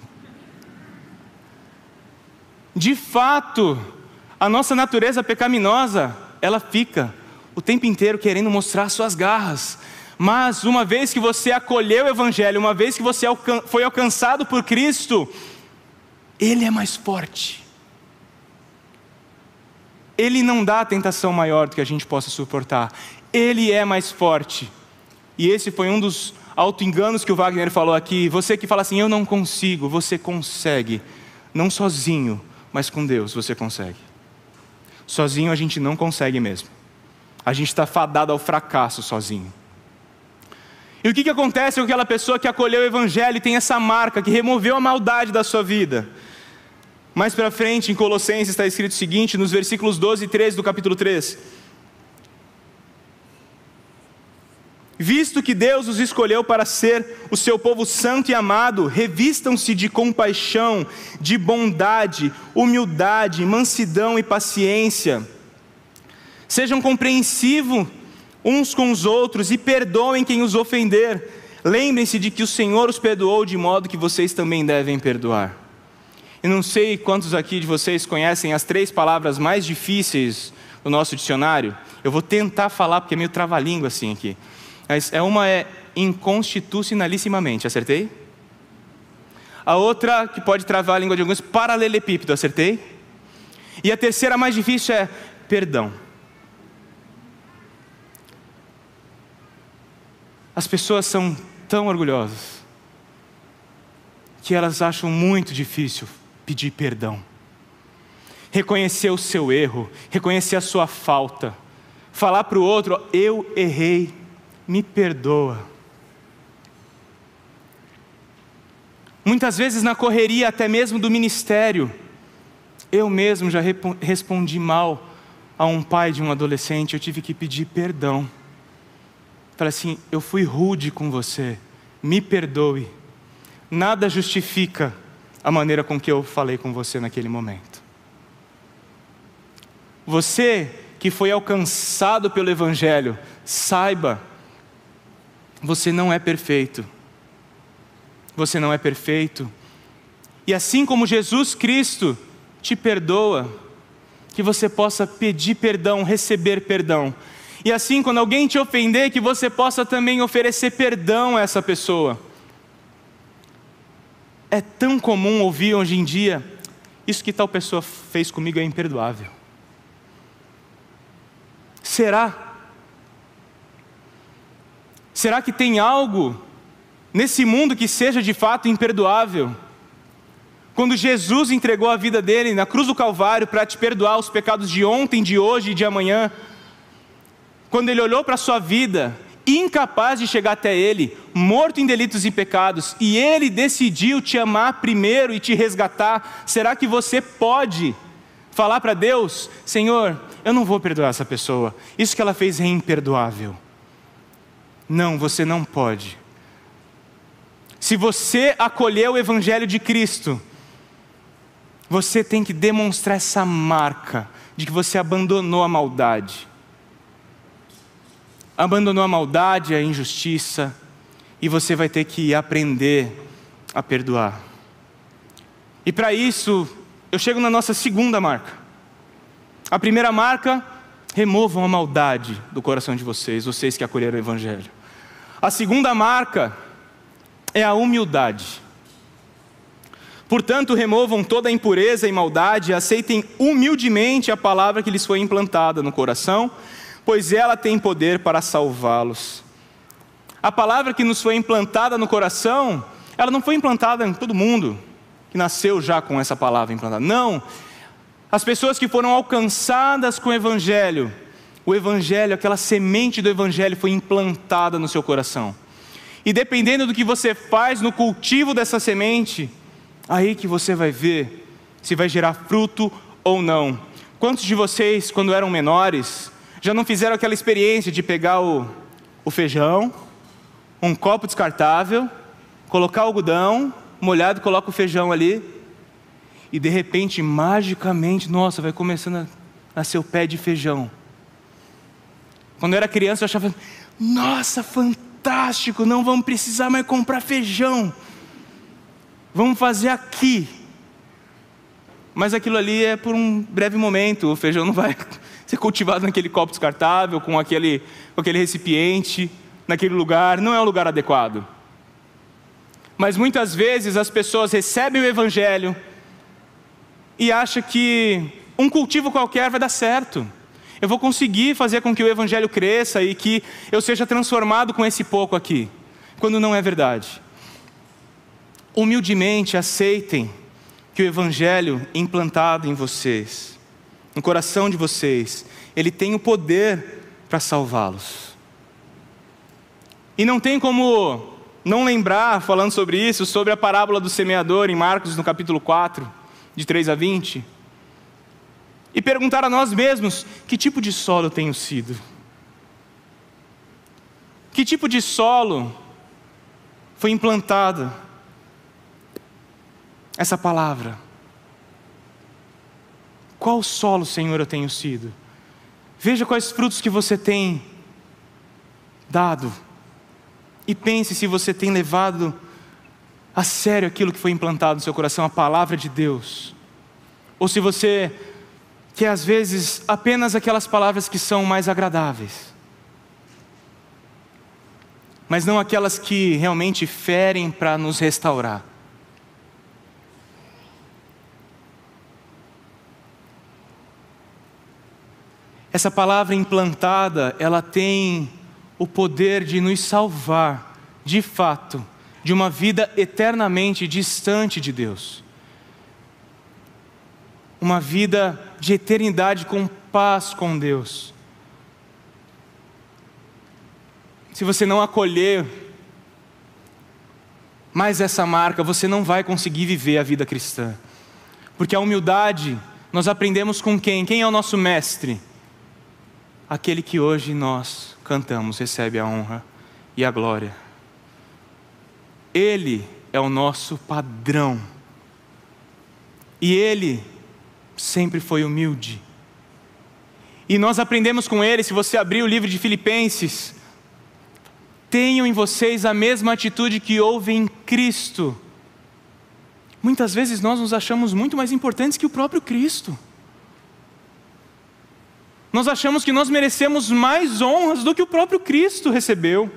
De fato, a nossa natureza pecaminosa, ela fica o tempo inteiro querendo mostrar suas garras. Mas uma vez que você acolheu o Evangelho, uma vez que você foi alcançado por Cristo, Ele é mais forte. Ele não dá a tentação maior do que a gente possa suportar. Ele é mais forte. E esse foi um dos auto-enganos que o Wagner falou aqui. Você que fala assim, eu não consigo, você consegue. Não sozinho, mas com Deus você consegue. Sozinho a gente não consegue mesmo. A gente está fadado ao fracasso sozinho. E o que, que acontece com aquela pessoa que acolheu o Evangelho e tem essa marca, que removeu a maldade da sua vida? Mais para frente, em Colossenses, está escrito o seguinte, nos versículos doze e treze do capítulo três. Visto que Deus os escolheu para ser o seu povo santo e amado, revistam-se de compaixão, de bondade, humildade, mansidão e paciência. Sejam compreensivos uns com os outros e perdoem quem os ofender. Lembrem-se de que o Senhor os perdoou de modo que vocês também devem perdoar. Eu não sei quantos aqui de vocês conhecem as três palavras mais difíceis do nosso dicionário. Eu vou tentar falar porque é meio trava-língua assim aqui. Mas uma é inconstitucionalissimamente, acertei? A outra, que pode travar a língua de alguns, paralelepípedo, acertei? E a terceira, mais difícil, é perdão. As pessoas são tão orgulhosas que elas acham muito difícil pedir perdão. Reconhecer o seu erro, reconhecer a sua falta. Falar para o outro, eu errei. Me perdoa. Muitas vezes na correria até mesmo do ministério, eu mesmo já respondi mal a um pai de um adolescente, eu tive que pedir perdão. Falei assim, eu fui rude com você, me perdoe. Nada justifica a maneira com que eu falei com você naquele momento. Você que foi alcançado pelo Evangelho, saiba, você não é perfeito. Você não é perfeito. E assim como Jesus Cristo te perdoa, que você possa pedir perdão, receber perdão. E assim, quando alguém te ofender, que você possa também oferecer perdão a essa pessoa. É tão comum ouvir hoje em dia, isso que tal pessoa fez comigo é imperdoável. Será? Será que tem algo nesse mundo que seja de fato imperdoável? Quando Jesus entregou a vida dele na cruz do Calvário para te perdoar os pecados de ontem, de hoje e de amanhã, quando ele olhou para a sua vida, incapaz de chegar até ele, morto em delitos e pecados, e ele decidiu te amar primeiro e te resgatar, será que você pode falar para Deus, Senhor, eu não vou perdoar essa pessoa, isso que ela fez é imperdoável? Não, você não pode. Se você acolheu o Evangelho de Cristo, você tem que demonstrar essa marca de que você abandonou a maldade. Abandonou a maldade, a injustiça, e você vai ter que aprender a perdoar. E para isso, eu chego na nossa segunda marca. A primeira marca, removam a maldade do coração de vocês, vocês que acolheram o Evangelho. A segunda marca é a humildade. Portanto, removam toda a impureza e maldade, aceitem humildemente a palavra que lhes foi implantada no coração, pois ela tem poder para salvá-los. A palavra que nos foi implantada no coração, ela não foi implantada em todo mundo, que nasceu já com essa palavra implantada. Não, as pessoas que foram alcançadas com o Evangelho, o Evangelho, aquela semente do Evangelho foi implantada no seu coração. E dependendo do que você faz no cultivo dessa semente, aí que você vai ver se vai gerar fruto ou não. Quantos de vocês, quando eram menores, já não fizeram aquela experiência de pegar o, o feijão, um copo descartável, colocar o algodão molhado, coloca o feijão ali, e de repente, magicamente, nossa, vai começando a nascer o pé de feijão. Quando eu era criança, eu achava, nossa, fantástico. fantástico, não vamos precisar mais comprar feijão. Vamos fazer aqui. Mas aquilo ali é por um breve momento, o feijão não vai ser cultivado naquele copo descartável, com aquele, com aquele recipiente, naquele lugar, não é o lugar adequado. Mas muitas vezes as pessoas recebem o Evangelho e acham que um cultivo qualquer vai dar certo. Eu vou conseguir fazer com que o Evangelho cresça e que eu seja transformado com esse pouco aqui, quando não é verdade. Humildemente aceitem que o Evangelho implantado em vocês, no coração de vocês, ele tem o poder para salvá-los. E não tem como não lembrar, falando sobre isso, sobre a parábola do semeador em Marcos, no capítulo quatro, de três a vinte, e perguntar a nós mesmos, que tipo de solo eu tenho sido? Que tipo de solo foi implantada essa palavra? Qual solo, Senhor, eu tenho sido? Veja quais frutos que você tem dado. E pense se você tem levado a sério aquilo que foi implantado no seu coração, a palavra de Deus. Ou se você quer, às vezes, apenas aquelas palavras que são mais agradáveis, mas não aquelas que realmente ferem para nos restaurar. Essa palavra implantada, ela tem o poder de nos salvar, de fato, de uma vida eternamente distante de Deus. Uma vida de eternidade com paz com Deus. Se você não acolher mais essa marca, você não vai conseguir viver a vida cristã. Porque a humildade, nós aprendemos com quem? Quem é o nosso mestre? Aquele que hoje nós cantamos, recebe a honra e a glória. Ele é o nosso padrão. E Ele sempre foi humilde. E nós aprendemos com Ele, se você abrir o livro de Filipenses, tenham em vocês a mesma atitude que houve em Cristo. Muitas vezes nós nos achamos muito mais importantes que o próprio Cristo. Nós achamos que nós merecemos mais honras do que o próprio Cristo recebeu.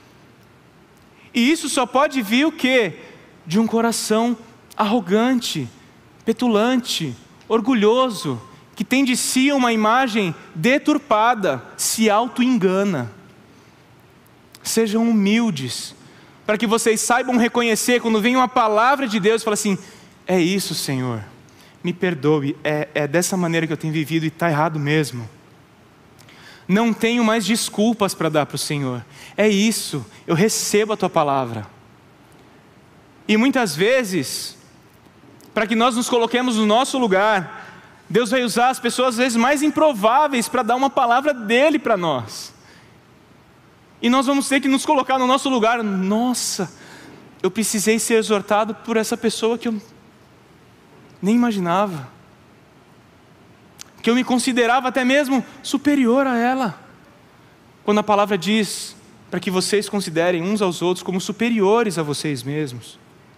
E isso só pode vir o quê? De um coração arrogante, petulante, orgulhoso, que tem de si uma imagem deturpada, se auto-engana. Sejam humildes, para que vocês saibam reconhecer, quando vem uma palavra de Deus, fala assim, é isso, Senhor, me perdoe, é, é dessa maneira que eu tenho vivido e está errado mesmo. Não tenho mais desculpas para dar para o Senhor. É isso, eu recebo a Tua palavra. E muitas vezes, para que nós nos coloquemos no nosso lugar, Deus vai usar as pessoas às vezes mais improváveis para dar uma palavra dEle para nós. E nós vamos ter que nos colocar no nosso lugar. Nossa, eu precisei ser exortado por essa pessoa que eu nem imaginava, que eu me considerava até mesmo superior a ela. Quando a palavra diz para que vocês considerem uns aos outros como superiores a vocês mesmos.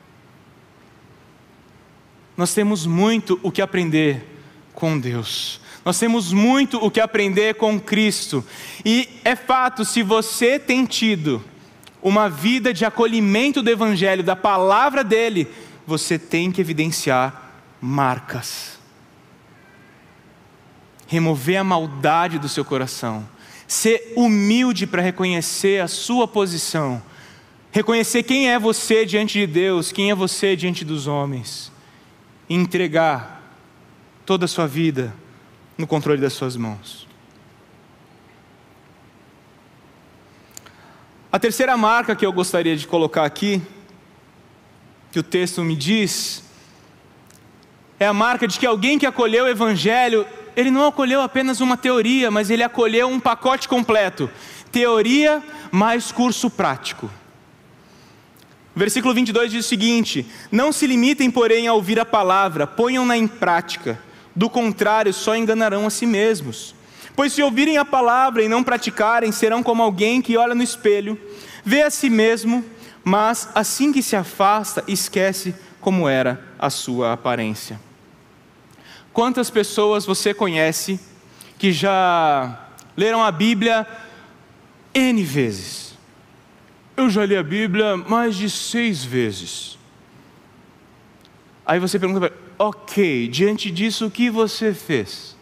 Nós temos muito o que aprender com Deus. Nós temos muito o que aprender com Cristo. E é fato, se você tem tido uma vida de acolhimento do Evangelho, da palavra dEle, você tem que evidenciar marcas. Remover a maldade do seu coração. Ser humilde para reconhecer a sua posição. Reconhecer quem é você diante de Deus, quem é você diante dos homens. E entregar toda a sua vida no controle das suas mãos. A terceira marca que eu gostaria de colocar aqui, que o texto me diz, é a marca de que alguém que acolheu o Evangelho, ele não acolheu apenas uma teoria, mas ele acolheu um pacote completo. Teoria mais curso prático. O versículo vinte e dois diz o seguinte: não se limitem, porém, a ouvir a palavra, ponham-na em prática. Do contrário, só enganarão a si mesmos. Pois se ouvirem a palavra e não praticarem, serão como alguém que olha no espelho, Vê a si mesmo, mas assim que se afasta, esquece como era a sua aparência. Quantas pessoas você conhece que já leram a Bíblia N vezes? Eu já li a Bíblia mais de seis vezes. Aí você pergunta, ok, diante disso o que você fez?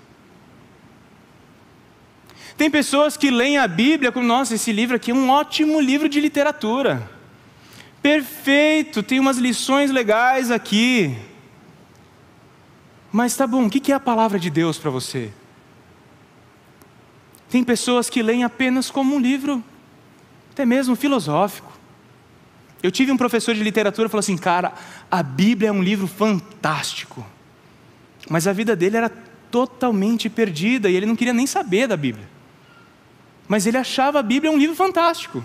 Tem pessoas que leem a Bíblia como, nossa, esse livro aqui é um ótimo livro de literatura. Perfeito, tem umas lições legais aqui. Mas tá bom, o que é a palavra de Deus para você? Tem pessoas que leem apenas como um livro, até mesmo filosófico. Eu tive um professor de literatura que falou assim, cara, a Bíblia é um livro fantástico. Mas a vida dele era totalmente perdida e ele não queria nem saber da Bíblia. Mas ele achava a Bíblia um livro fantástico.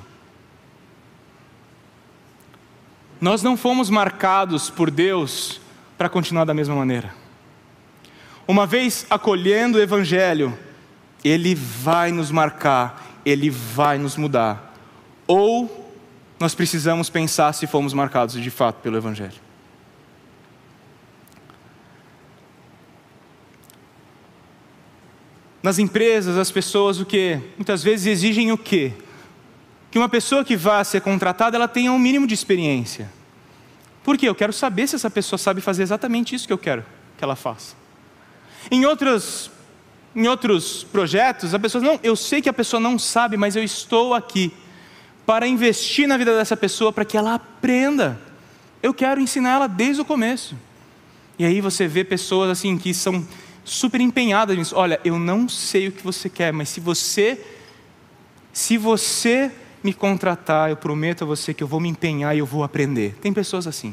Nós não fomos marcados por Deus para continuar da mesma maneira. Uma vez acolhendo o Evangelho, Ele vai nos marcar, Ele vai nos mudar. Ou nós precisamos pensar se fomos marcados de fato pelo Evangelho. Nas empresas, as pessoas o quê? Muitas vezes exigem o quê? Que uma pessoa que vá ser contratada, ela tenha um mínimo de experiência. Por quê? Eu quero saber se essa pessoa sabe fazer exatamente isso que eu quero que ela faça. Em outros, em outros projetos, a pessoa, não, eu sei que a pessoa não sabe, mas eu estou aqui para investir na vida dessa pessoa, para que ela aprenda. Eu quero ensinar ela desde o começo. E aí você vê pessoas assim que são super empenhadas nisso. Olha, eu não sei o que você quer, mas se você, se você me contratar, eu prometo a você que eu vou me empenhar e eu vou aprender. Tem pessoas assim.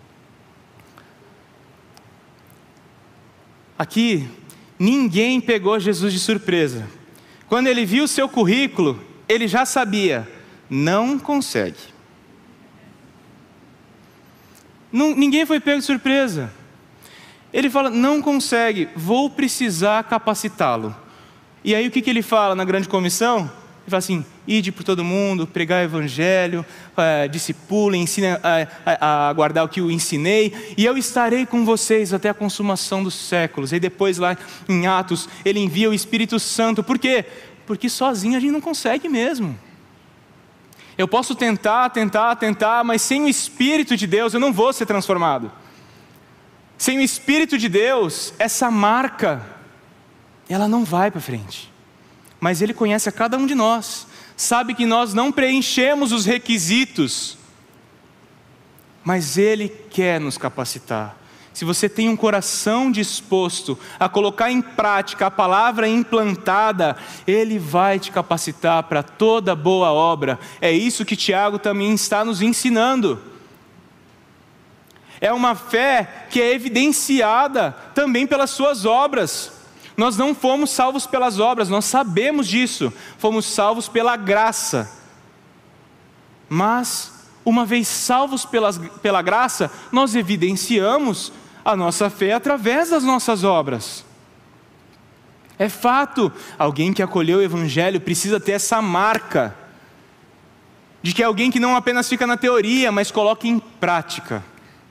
Aqui, ninguém pegou Jesus de surpresa. Quando ele viu o seu currículo, ele já sabia, não consegue. Não, ninguém foi pego de surpresa. Ele fala, não consegue, vou precisar capacitá-lo. E aí o que, que ele fala na grande comissão? Ele fala assim, ide por todo mundo, pregar o evangelho, é, discipulem, ensinem a, a, a guardar o que eu ensinei, e eu estarei com vocês até a consumação dos séculos. E depois lá em Atos, ele envia o Espírito Santo. Por quê? Porque sozinho a gente não consegue mesmo. Eu posso tentar, tentar, tentar, mas sem o Espírito de Deus eu não vou ser transformado. Sem o Espírito de Deus, essa marca, ela não vai para frente. Mas Ele conhece a cada um de nós, sabe que nós não preenchemos os requisitos, mas Ele quer nos capacitar. Se você tem um coração disposto a colocar em prática a palavra implantada, Ele vai te capacitar para toda boa obra. É isso que Tiago também está nos ensinando. É uma fé que é evidenciada também pelas suas obras. Nós não fomos salvos pelas obras, nós sabemos disso. Fomos salvos pela graça. Mas, uma vez salvos pelas, pela graça, nós evidenciamos a nossa fé através das nossas obras. É fato, alguém que acolheu o Evangelho precisa ter essa marca, de que é alguém que não apenas fica na teoria, mas coloca em prática.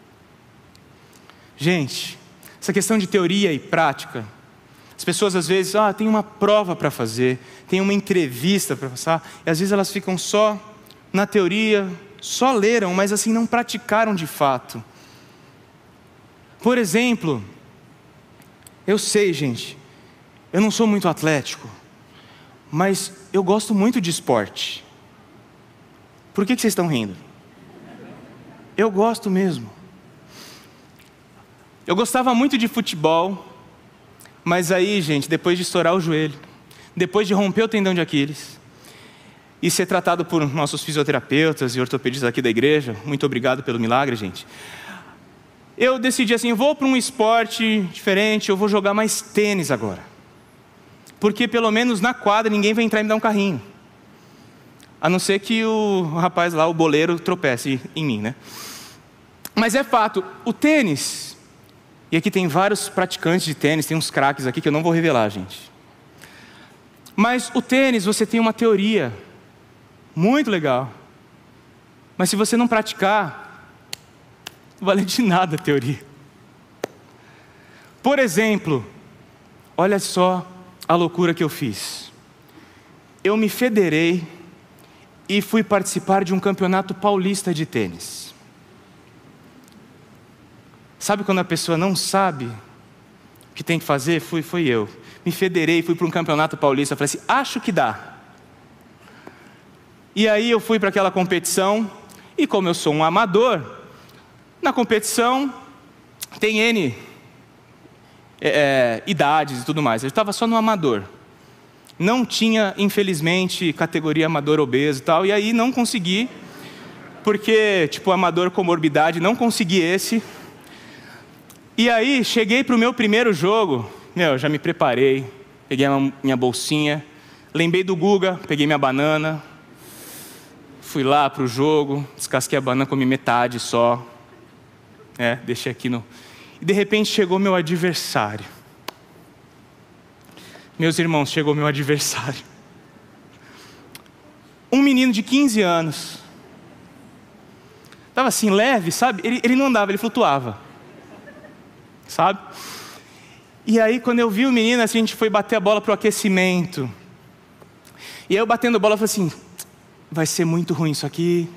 Gente, essa questão de teoria e prática, as pessoas às vezes, ah, tem uma prova para fazer, tem uma entrevista para passar, e às vezes elas ficam só na teoria, só leram, mas assim não praticaram de fato. Por exemplo, eu sei, gente, eu não sou muito atlético, mas eu gosto muito de esporte. Por que que vocês estão rindo? Eu gosto mesmo. Eu gostava muito de futebol, mas aí, gente, depois de estourar o joelho, depois de romper o tendão de Aquiles, e ser tratado por nossos fisioterapeutas e ortopedistas aqui da igreja, muito obrigado pelo milagre, gente. Eu decidi assim, vou para um esporte diferente, eu vou jogar mais tênis agora. Porque pelo menos na quadra ninguém vai entrar e me dar um carrinho. A não ser que o rapaz lá, o boleiro, tropece em mim, né? Mas é fato, o tênis... E aqui tem vários praticantes de tênis, tem uns craques aqui que eu não vou revelar, gente. Mas o tênis, você tem uma teoria muito legal. Mas se você não praticar, não vale de nada a teoria. Por exemplo, olha só a loucura que eu fiz. Eu me federei e fui participar de um campeonato paulista de tênis. Sabe quando a pessoa não sabe o que tem que fazer? Fui, fui eu. Me federei, fui para um campeonato paulista. Falei assim, acho que dá. E aí eu fui para aquela competição. E como eu sou um amador, na competição tem N é, idades e tudo mais. Eu estava só no amador. Não tinha, infelizmente, categoria amador obeso e tal. E aí não consegui, porque, tipo, amador comorbidade, não consegui esse. E aí cheguei para o meu primeiro jogo. Meu, já me preparei. Peguei a minha bolsinha. Lembrei do Guga, peguei minha banana. Fui lá para o jogo, descasquei a banana, comi metade só. É, deixei aqui no... E de repente chegou meu adversário. Meus irmãos, chegou meu adversário. Um menino de quinze anos. Estava assim, leve, sabe? Ele, ele não andava, ele flutuava. Sabe? E aí quando eu vi o menino, assim, a gente foi bater a bola para o aquecimento. E aí eu batendo bola, eu falei assim, vai ser muito ruim isso aqui.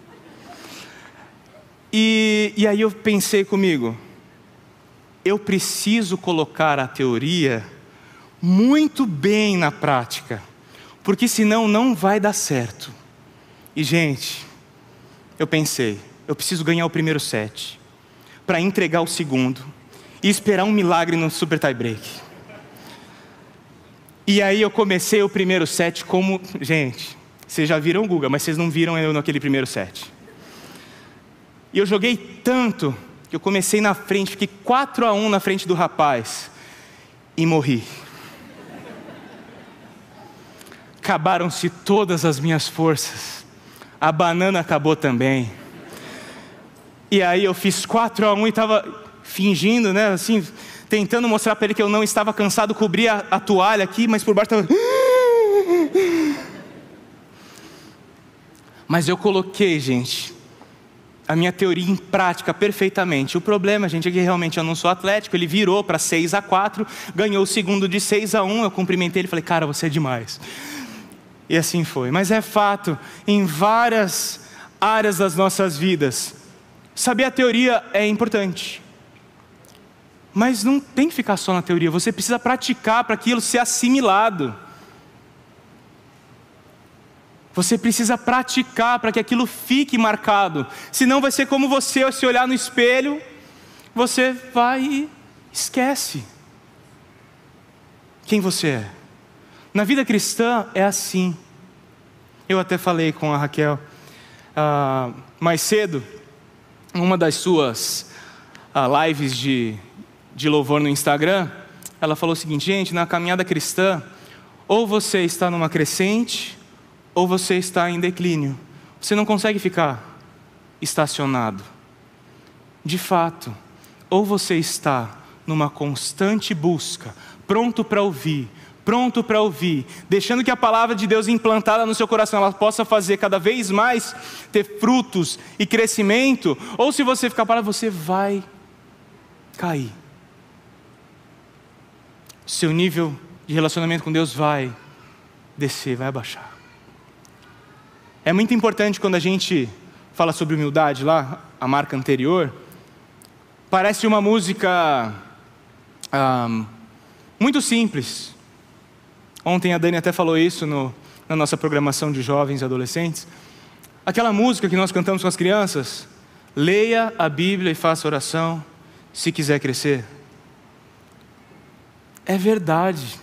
E, e aí eu pensei comigo, eu preciso colocar a teoria muito bem na prática, porque senão não vai dar certo. E gente, eu pensei, eu preciso ganhar o primeiro set, para entregar o segundo, e esperar um milagre no super tie break. E aí eu comecei o primeiro set como, gente, vocês já viram o Guga, mas vocês não viram eu naquele primeiro set. E eu joguei tanto, que eu comecei na frente, fiquei quatro a um na frente do rapaz, e morri. Acabaram-se todas as minhas forças. A banana acabou também. E aí eu fiz quatro a um e estava fingindo, né, assim, tentando mostrar para ele que eu não estava cansado, cobri a, a toalha aqui, mas por baixo estava... Mas eu coloquei, gente, a minha teoria em prática perfeitamente. O problema, gente, é que realmente eu não sou atlético. Ele virou para seis a quatro, ganhou o segundo de seis a um. Eu cumprimentei ele e falei, cara, você é demais. E assim foi. Mas é fato, em várias áreas das nossas vidas, saber a teoria é importante. Mas não tem que ficar só na teoria. Você precisa praticar para aquilo ser assimilado. Você precisa praticar para que aquilo fique marcado. Senão vai ser como você, se olhar no espelho, você vai e esquece quem você é. Na vida cristã é assim. Eu até falei com a Raquel uh, mais cedo, numa das suas uh, lives de, de louvor no Instagram. Ela falou o seguinte, gente, na caminhada cristã, ou você está numa crescente, ou você está em declínio. Você não consegue ficar estacionado. De fato, ou você está numa constante busca, pronto para ouvir, pronto para ouvir, deixando que a palavra de Deus implantada no seu coração, ela possa fazer cada vez mais ter frutos e crescimento, ou se você ficar parado, você vai cair. Seu nível de relacionamento com Deus vai descer, vai abaixar. É muito importante quando a gente fala sobre humildade lá, a marca anterior, parece uma música ah, muito simples. Ontem a Dani até falou isso no, na nossa programação de jovens e adolescentes. Aquela música que nós cantamos com as crianças, leia a Bíblia e faça oração, se quiser crescer. É verdade.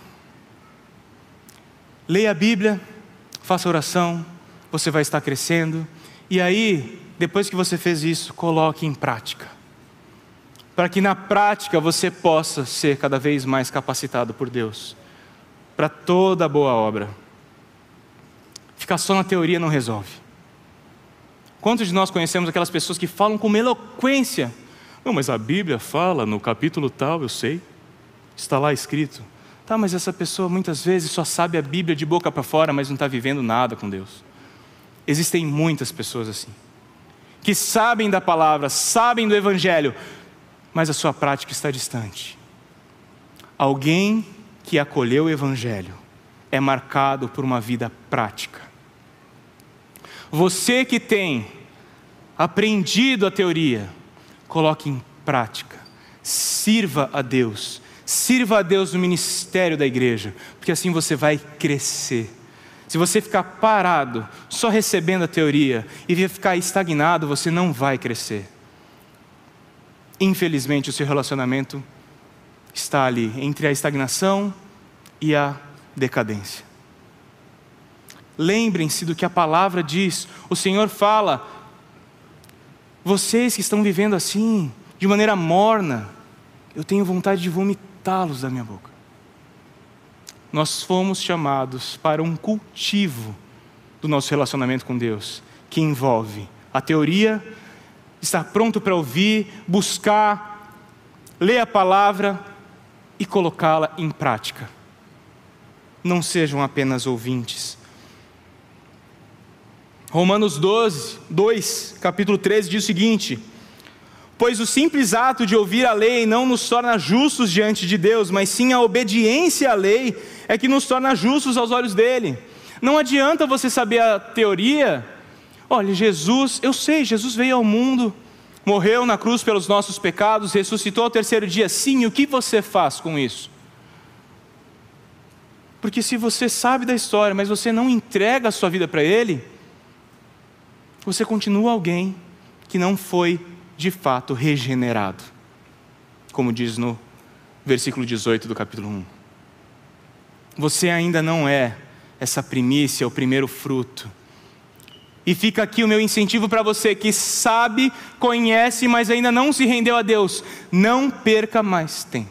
Leia a Bíblia, faça oração, você vai estar crescendo. E aí, depois que você fez isso, coloque em prática. Para que na prática você possa ser cada vez mais capacitado por Deus para toda boa obra. Ficar só na teoria não resolve. Quantos de nós conhecemos aquelas pessoas que falam com uma eloquência? Não, mas a Bíblia fala no capítulo tal, eu sei. Está lá escrito. Tá, mas essa pessoa muitas vezes só sabe a Bíblia de boca para fora, mas não está vivendo nada com Deus. Existem muitas pessoas assim. que sabem da palavra, sabem do Evangelho, mas a sua prática está distante. Alguém que acolheu o Evangelho é marcado por uma vida prática. Você que tem aprendido a teoria, coloque em prática. Sirva a Deus. Sirva a Deus no ministério da igreja, porque assim você vai crescer. Se você ficar parado, só recebendo a teoria, e ficar estagnado, você não vai crescer. Infelizmente, o seu relacionamento está ali, entre a estagnação e a decadência. Lembrem-se do que a palavra diz. O Senhor fala: vocês que estão vivendo assim, de maneira morna, eu tenho vontade de vomitá-los da minha boca. Nós fomos chamados para um cultivo do nosso relacionamento com Deus, que envolve a teoria, estar pronto para ouvir, buscar, ler a palavra e colocá-la em prática. Não sejam apenas ouvintes. Romanos doze, dois, capítulo treze diz o seguinte: pois o simples ato de ouvir a lei não nos torna justos diante de Deus, mas sim a obediência à lei é que nos torna justos aos olhos dele. Não adianta você saber a teoria. Olha, Jesus, eu sei, Jesus veio ao mundo, morreu na cruz pelos nossos pecados, ressuscitou ao terceiro dia. Sim, o que você faz com isso? Porque se você sabe da história, mas você não entrega a sua vida para Ele, você continua alguém que não foi de fato regenerado, como diz no versículo dezoito do capítulo um. Você ainda não é essa primícia, o primeiro fruto. E fica aqui o meu incentivo para você que sabe, conhece, mas ainda não se rendeu a Deus: não perca mais tempo.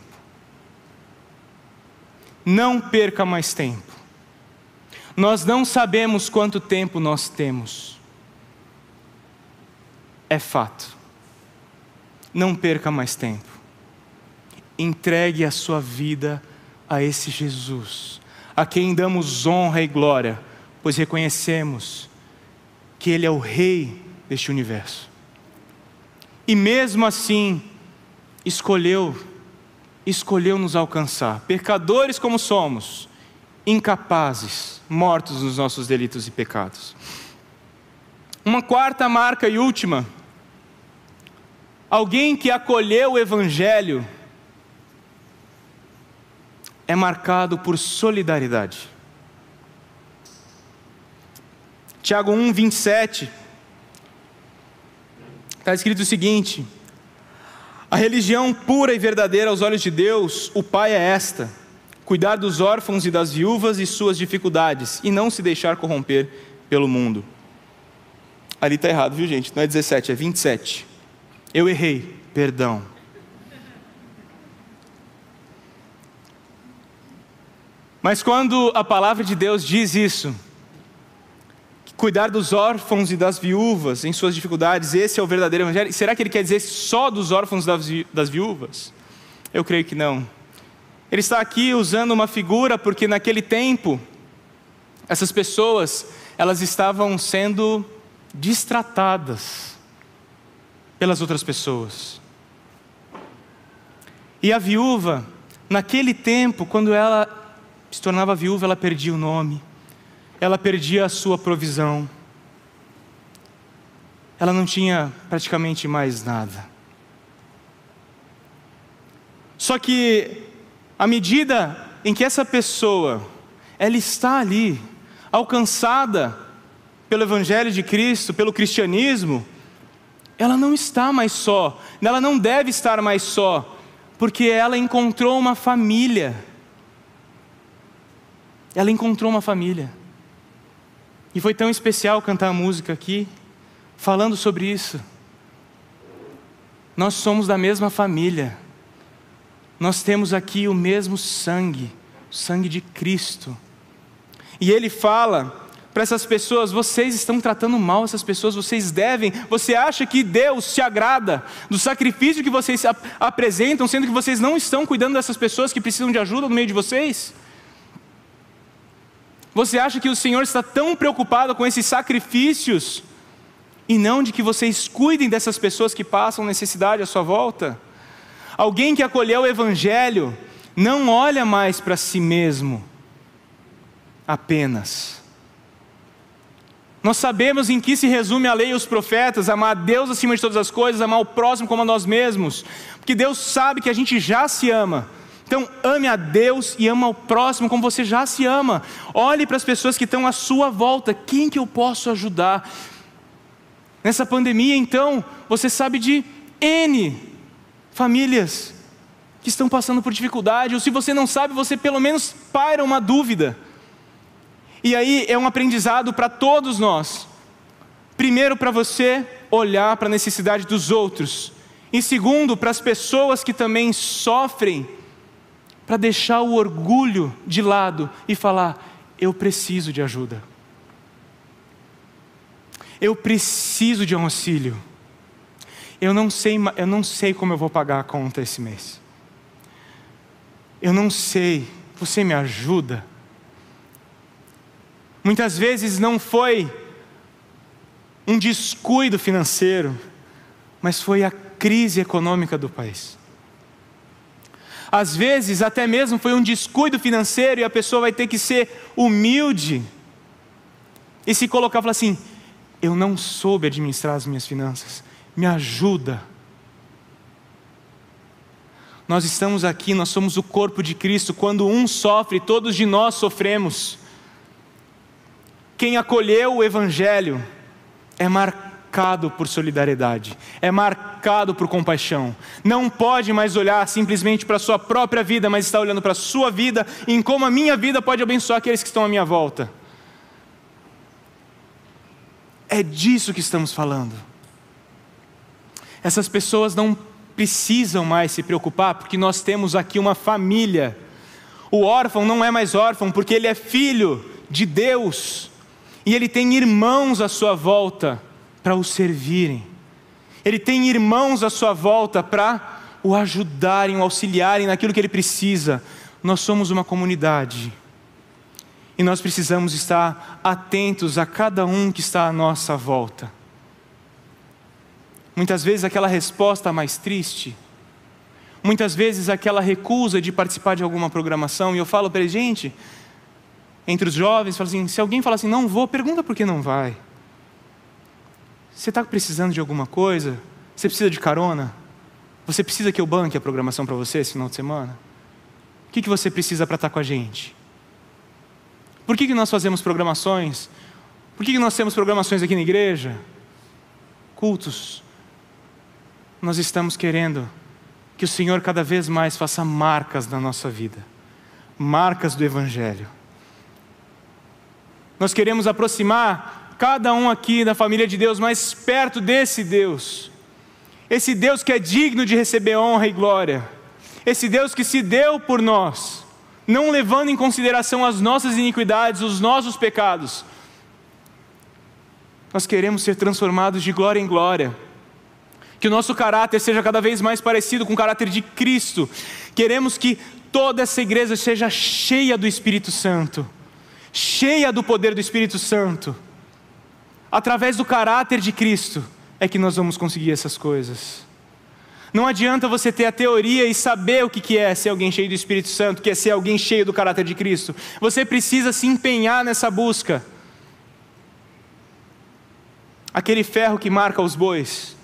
Não perca mais tempo. Nós não sabemos quanto tempo nós temos. É fato. Não perca mais tempo. Entregue a sua vida a esse Jesus, a quem damos honra e glória, pois reconhecemos que Ele é o Rei deste universo. E mesmo assim, escolheu, escolheu nos alcançar, pecadores como somos, incapazes, mortos nos nossos delitos e pecados. Uma quarta marca e última: alguém que acolheu o Evangelho é marcado por solidariedade. Tiago um, vinte e sete, está escrito o seguinte: a religião pura e verdadeira aos olhos de Deus, o Pai, é esta: cuidar dos órfãos e das viúvas e suas dificuldades, e não se deixar corromper pelo mundo. Ali está errado, viu, gente? Não é dezessete, é vinte e sete. Eu errei, perdão. Mas quando a palavra de Deus diz isso, cuidar dos órfãos e das viúvas em suas dificuldades, esse é o verdadeiro evangelho. Será que ele quer dizer só dos órfãos e das viúvas? Eu creio que não. Ele está aqui usando uma figura porque naquele tempo, essas pessoas, elas estavam sendo destratadas pelas outras pessoas. E a viúva, naquele tempo, quando ela se tornava viúva, ela perdia o nome, ela perdia a sua provisão, ela não tinha praticamente mais nada. Só que, à medida em que essa pessoa, ela está ali, alcançada pelo Evangelho de Cristo, pelo cristianismo, ela não está mais só, ela não deve estar mais só, porque ela encontrou uma família. Ela encontrou uma família. E foi tão especial cantar a música aqui, falando sobre isso. Nós somos da mesma família. Nós temos aqui o mesmo sangue, o sangue de Cristo. E Ele fala para essas pessoas: vocês estão tratando mal essas pessoas, vocês devem, você acha que Deus se agrada do sacrifício que vocês ap- apresentam, sendo que vocês não estão cuidando dessas pessoas que precisam de ajuda no meio de vocês? Você acha que o Senhor está tão preocupado com esses sacrifícios e não de que vocês cuidem dessas pessoas que passam necessidade à sua volta? Alguém que acolheu o Evangelho não olha mais para si mesmo apenas. Nós sabemos em que se resume a lei e os profetas: amar a Deus acima de todas as coisas, amar o próximo como a nós mesmos, porque Deus sabe que a gente já se ama. Então ame a Deus e ama o próximo como você já se ama. Olhe para as pessoas que estão à sua volta. Quem que eu posso ajudar? Nessa pandemia, então, você sabe de N famílias que estão passando por dificuldade, ou se você não sabe, você pelo menos paira uma dúvida. E aí é um aprendizado para todos nós. Primeiro, para você olhar para a necessidade dos outros. E segundo, para as pessoas que também sofrem, para deixar o orgulho de lado e falar: eu preciso de ajuda. Eu preciso de um auxílio. Eu não sei, eu não sei como eu vou pagar a conta esse mês. Eu não sei, você me ajuda? Muitas vezes não foi um descuido financeiro, mas foi a crise econômica do país. Às vezes até mesmo foi um descuido financeiro e a pessoa vai ter que ser humilde e se colocar e falar assim: eu não soube administrar as minhas finanças, me ajuda. Nós estamos aqui, nós somos o corpo de Cristo. Quando um sofre, todos de nós sofremos. Quem acolheu o Evangelho é marcado por solidariedade, é marcado por compaixão. Não pode mais olhar simplesmente para a sua própria vida, mas está olhando para a sua vida e em como a minha vida pode abençoar aqueles que estão à minha volta. É disso que estamos falando. Essas pessoas não precisam mais se preocupar, porque nós temos aqui uma família. O órfão não é mais órfão, porque ele é filho de Deus, e ele tem irmãos à sua volta para o servirem. Ele tem irmãos à sua volta para o ajudarem, o auxiliarem naquilo que ele precisa. Nós somos uma comunidade, e nós precisamos estar atentos a cada um que está à nossa volta. Muitas vezes aquela resposta mais triste, muitas vezes aquela recusa de participar de alguma programação, e eu falo para eles: gente, entre os jovens, falo assim, se alguém falar assim, não vou, pergunta por que não vai. Você está precisando de alguma coisa? Você precisa de carona? Você precisa que eu banque a programação para você esse final de semana? O que, que você precisa para estar com a gente? Por que, que nós fazemos programações? Por que, que nós temos programações aqui na igreja? Cultos. Nós estamos querendo que o Senhor cada vez mais faça marcas na nossa vida, marcas do Evangelho. Nós queremos aproximar cada um aqui da família de Deus mais perto desse Deus, esse Deus que é digno de receber honra e glória, esse Deus que se deu por nós, não levando em consideração as nossas iniquidades, os nossos pecados. Nós queremos ser transformados de glória em glória, que o nosso caráter seja cada vez mais parecido com o caráter de Cristo. Queremos que toda essa igreja seja cheia do Espírito Santo, cheia do poder do Espírito Santo. Através do caráter de Cristo é que nós vamos conseguir essas coisas. Não adianta você ter a teoria e saber o que é ser alguém cheio do Espírito Santo, que é ser alguém cheio do caráter de Cristo. Você precisa se empenhar nessa busca. Aquele ferro que marca os bois,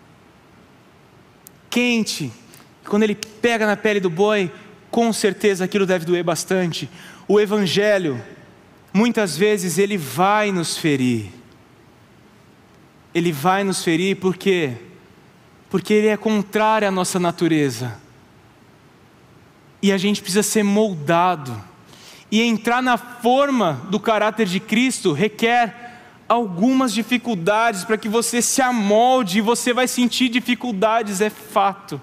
quente, quando ele pega na pele do boi, com certeza aquilo deve doer bastante. O Evangelho, muitas vezes ele vai nos ferir. Ele vai nos ferir por quê? Porque ele é contrário à nossa natureza. E a gente precisa ser moldado. E entrar na forma do caráter de Cristo requer algumas dificuldades para que você se amolde, e você vai sentir dificuldades, é fato.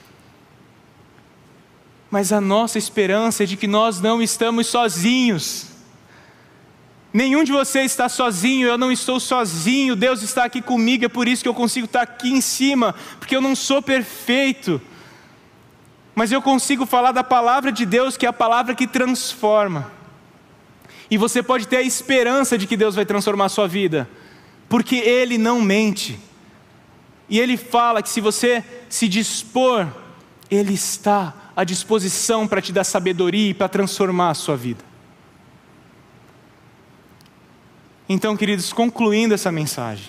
Mas a nossa esperança é de que nós não estamos sozinhos. Nenhum de vocês está sozinho, eu não estou sozinho, Deus está aqui comigo, é por isso que eu consigo estar aqui em cima, porque eu não sou perfeito, mas eu consigo falar da palavra de Deus, que é a palavra que transforma. E você pode ter a esperança de que Deus vai transformar a sua vida, porque Ele não mente. E Ele fala que se você se dispor, Ele está à disposição para te dar sabedoria e para transformar a sua vida. Então, queridos, concluindo essa mensagem,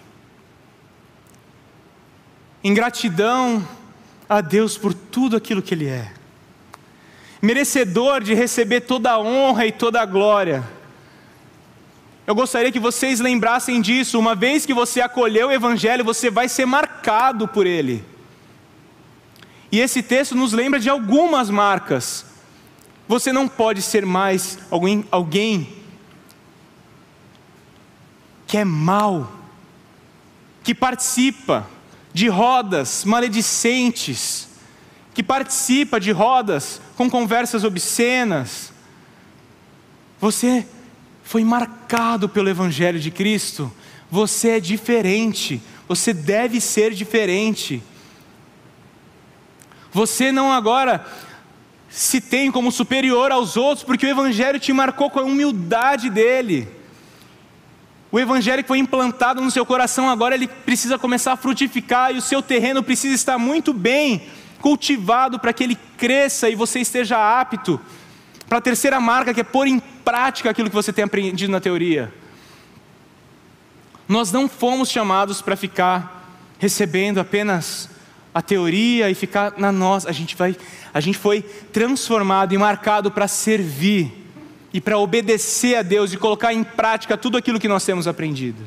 em gratidão a Deus por tudo aquilo que Ele é, merecedor de receber toda a honra e toda a glória, eu gostaria que vocês lembrassem disso. Uma vez que você acolheu o Evangelho, você vai ser marcado por ele. E esse texto nos lembra de algumas marcas. Você não pode ser mais alguém, alguém que é mau, que participa de rodas maledicentes, que participa de rodas com conversas obscenas. Você foi marcado pelo Evangelho de Cristo. Você é diferente. Você deve ser diferente. Você não agora se tem como superior aos outros, porque o Evangelho te marcou com a humildade dele. O Evangelho que foi implantado no seu coração, agora ele precisa começar a frutificar, e o seu terreno precisa estar muito bem cultivado para que ele cresça e você esteja apto para a terceira marca, que é pôr em prática aquilo que você tem aprendido na teoria. Nós não fomos chamados para ficar recebendo apenas a teoria e ficar na nossa. A gente vai, a gente foi transformado e marcado para servir e para obedecer a Deus e colocar em prática tudo aquilo que nós temos aprendido.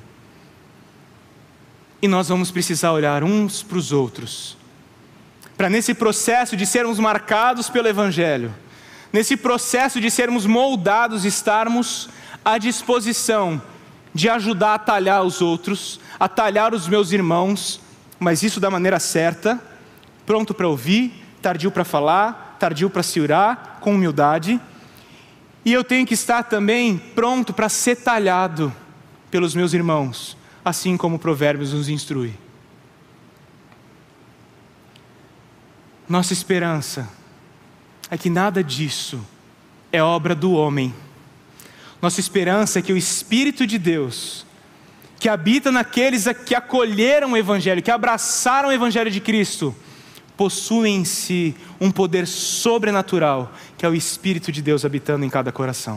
E nós vamos precisar olhar uns para os outros, para nesse processo de sermos marcados pelo Evangelho, nesse processo de sermos moldados, estarmos à disposição de ajudar a talhar os outros, a talhar os meus irmãos, mas isso da maneira certa, pronto para ouvir, tardio para falar, tardio para se orar, com humildade. E eu tenho que estar também pronto para ser talhado pelos meus irmãos, assim como o Provérbios nos instrui. Nossa esperança é que nada disso é obra do homem. Nossa esperança é que o Espírito de Deus, que habita naqueles que acolheram o Evangelho, que abraçaram o Evangelho de Cristo, possui em si um poder sobrenatural, que é o Espírito de Deus habitando em cada coração.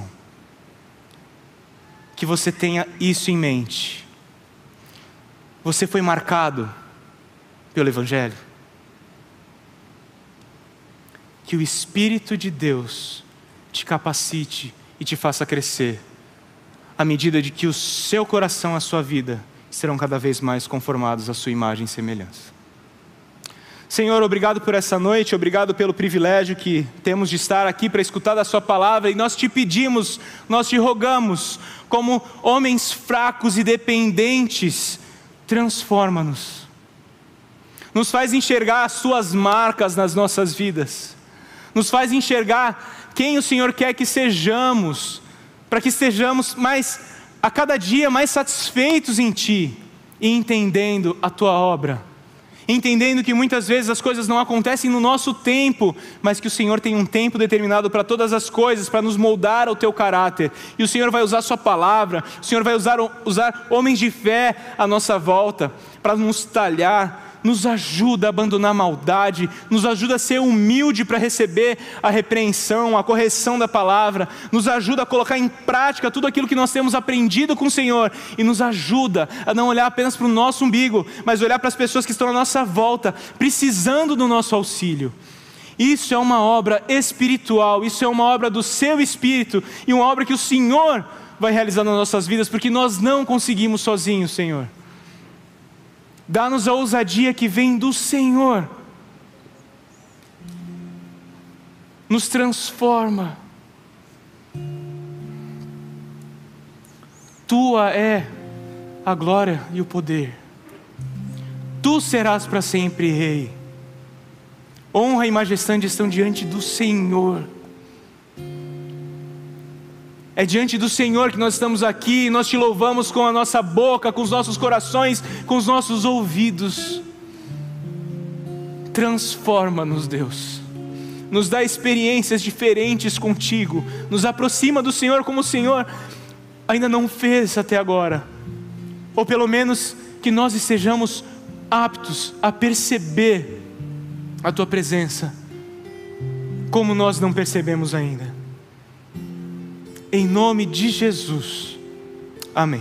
Que você tenha isso em mente. Você foi marcado pelo Evangelho? Que o Espírito de Deus te capacite e te faça crescer, à medida de que o seu coração e a sua vida serão cada vez mais conformados à sua imagem e semelhança. Senhor, obrigado por essa noite, obrigado pelo privilégio que temos de estar aqui para escutar da sua palavra, e nós te pedimos, nós te rogamos, como homens fracos e dependentes, transforma-nos, nos faz enxergar as suas marcas nas nossas vidas, nos faz enxergar quem o Senhor quer que sejamos, para que estejamos mais, a cada dia mais satisfeitos em Ti, e entendendo a Tua obra, entendendo que muitas vezes as coisas não acontecem no nosso tempo, mas que o Senhor tem um tempo determinado para todas as coisas, para nos moldar ao Teu caráter, e o Senhor vai usar a Sua palavra, o Senhor vai usar, usar homens de fé à nossa volta, para nos talhar. Nos ajuda a abandonar a maldade, nos ajuda a ser humilde para receber a repreensão, a correção da palavra, nos ajuda a colocar em prática tudo aquilo que nós temos aprendido com o Senhor, e nos ajuda a não olhar apenas para o nosso umbigo, mas olhar para as pessoas que estão à nossa volta, precisando do nosso auxílio. Isso é uma obra espiritual, isso é uma obra do Seu Espírito, e uma obra que o Senhor vai realizar nas nossas vidas, porque nós não conseguimos sozinhos, Senhor. Dá-nos a ousadia que vem do Senhor, nos transforma. Tua é a glória e o poder, Tu serás para sempre Rei. Honra e majestade estão diante do Senhor. É diante do Senhor que nós estamos aqui, nós Te louvamos com a nossa boca, com os nossos corações, com os nossos ouvidos. Transforma-nos, Deus. Nos dá experiências diferentes contigo. Nos aproxima do Senhor como o Senhor ainda não fez até agora. ou pelo menos que nós estejamos aptos a perceber a Tua presença, como nós não percebemos ainda. Em nome de Jesus, amém.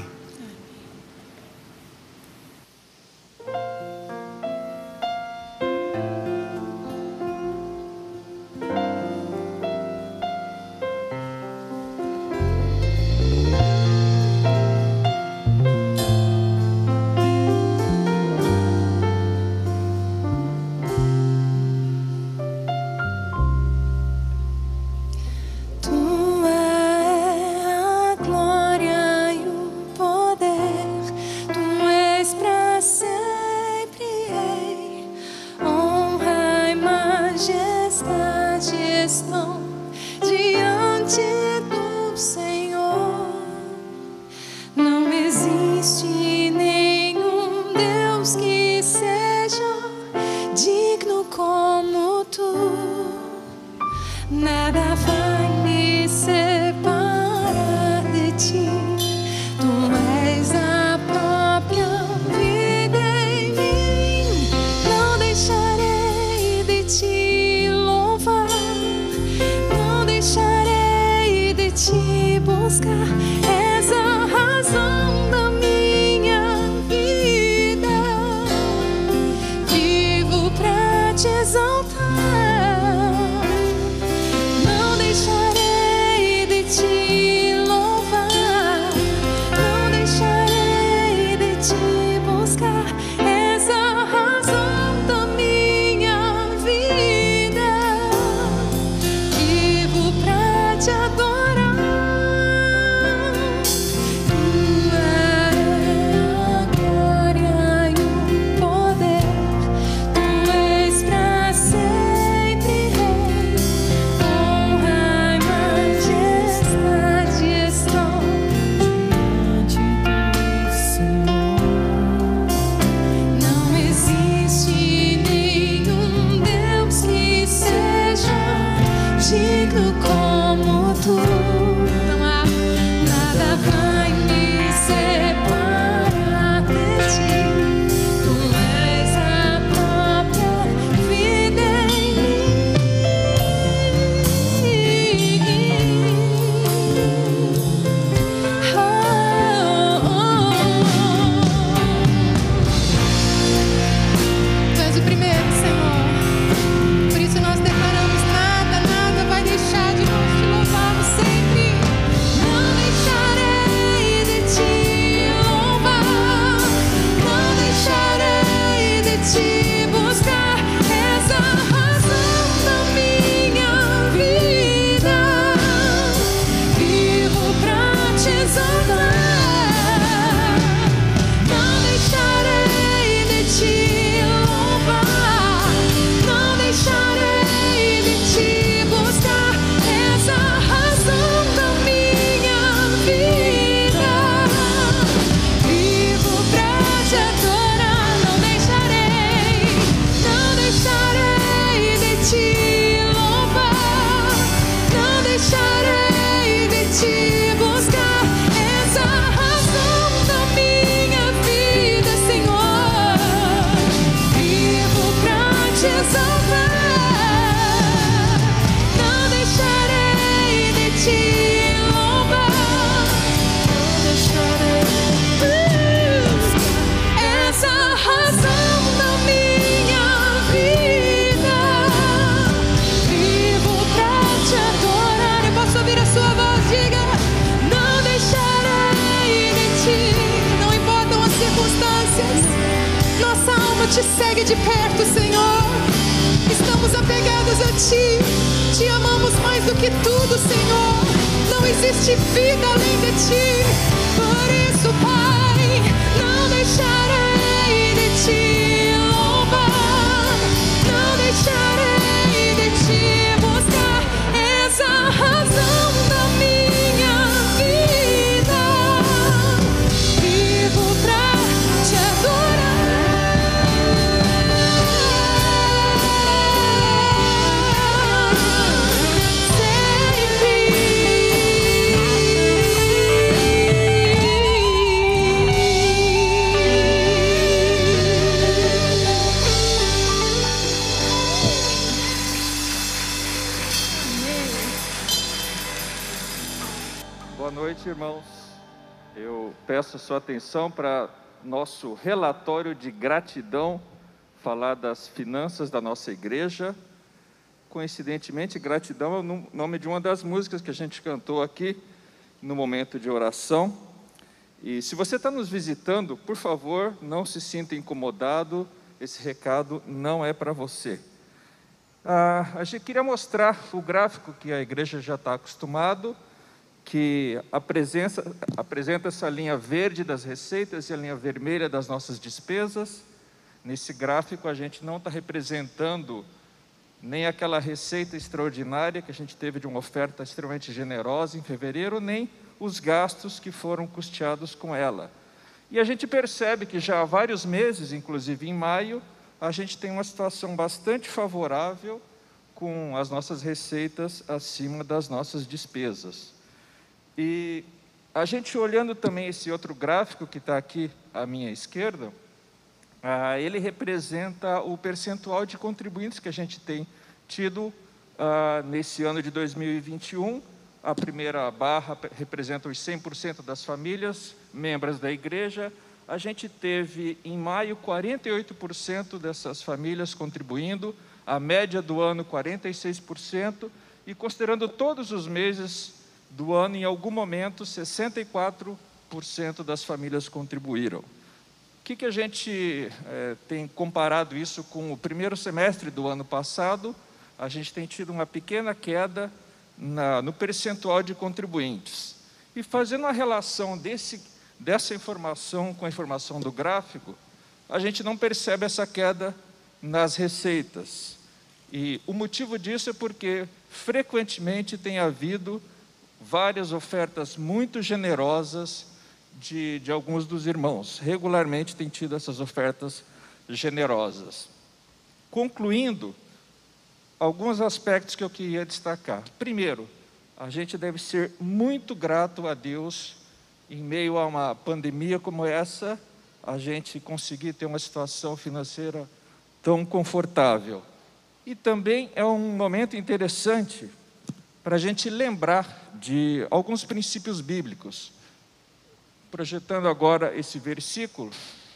Te segue de perto, Senhor. Estamos apegados a Ti. Te amamos mais do que tudo, Senhor. Não existe vida além de Ti. Por isso, Pai, não deixarei de Te louvar. Não deixarei de Te buscar. És a razão da minha vida. Vivo pra Te adorar. Boa noite, irmãos. Eu peço a sua atenção para nosso relatório de gratidão, falar das finanças da nossa igreja. Coincidentemente, gratidão é o nome de uma das músicas que a gente cantou aqui no momento de oração. E se você está nos visitando, por favor, não se sinta incomodado, esse recado não é para você. Ah, a gente queria mostrar o gráfico que a igreja já está acostumado, que apresenta, apresenta essa linha verde das receitas e a linha vermelha das nossas despesas. Nesse gráfico a gente não está representando nem aquela receita extraordinária que a gente teve de uma oferta extremamente generosa em fevereiro, nem os gastos que foram custeados com ela. E a gente percebe que já há vários meses, inclusive em maio, a gente tem uma situação bastante favorável com as nossas receitas acima das nossas despesas. E a gente olhando também esse outro gráfico que está aqui à minha esquerda, ah, ele representa o percentual de contribuintes que a gente tem tido ah, nesse ano de dois mil e vinte e um. A primeira barra representa os cem por cento das famílias, membros da igreja. A gente teve em maio quarenta e oito por cento dessas famílias contribuindo, a média do ano quarenta e seis por cento, e considerando todos os meses do ano, em algum momento, sessenta e quatro por cento das famílias contribuíram. O que, que a gente é, tem comparado isso com o primeiro semestre do ano passado? A gente tem tido uma pequena queda na, no percentual de contribuintes. E fazendo a relação desse, dessa informação com a informação do gráfico, a gente não percebe essa queda nas receitas. E o motivo disso é porque, frequentemente, tem havido várias ofertas muito generosas de, de alguns dos irmãos. Regularmente tem tido essas ofertas generosas. Concluindo, alguns aspectos que eu queria destacar. Primeiro, a gente deve ser muito grato a Deus em meio a uma pandemia como essa, a gente conseguir ter uma situação financeira tão confortável. E também é um momento interessante para a gente lembrar de alguns princípios bíblicos. Projetando agora esse versículo,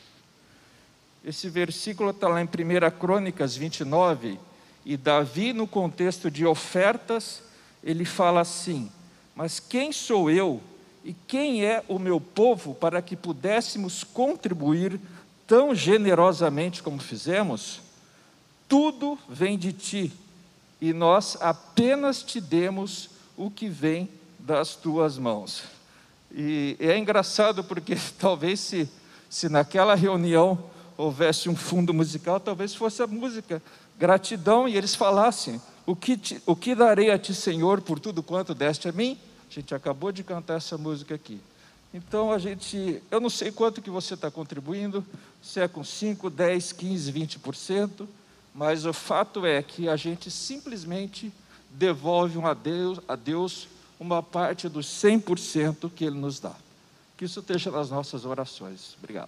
esse versículo está lá em primeira Crônicas vinte e nove, e Davi, no contexto de ofertas, ele fala assim: mas quem sou eu e quem é o meu povo para que pudéssemos contribuir tão generosamente como fizemos? Tudo vem de ti, e nós apenas te demos o que vem das tuas mãos. E é engraçado porque talvez se, se naquela reunião houvesse um fundo musical, talvez fosse a música Gratidão, e eles falassem: o que, te, o que darei a ti, Senhor, por tudo quanto deste a mim? A gente acabou de cantar essa música aqui. Então a gente, eu não sei quanto que você está contribuindo, se é com cinco, dez, quinze, vinte por cento, mas o fato é que a gente simplesmente devolve um a Deus, a Deus uma parte dos cem por cento que Ele nos dá. Que isso esteja nas nossas orações. Obrigado.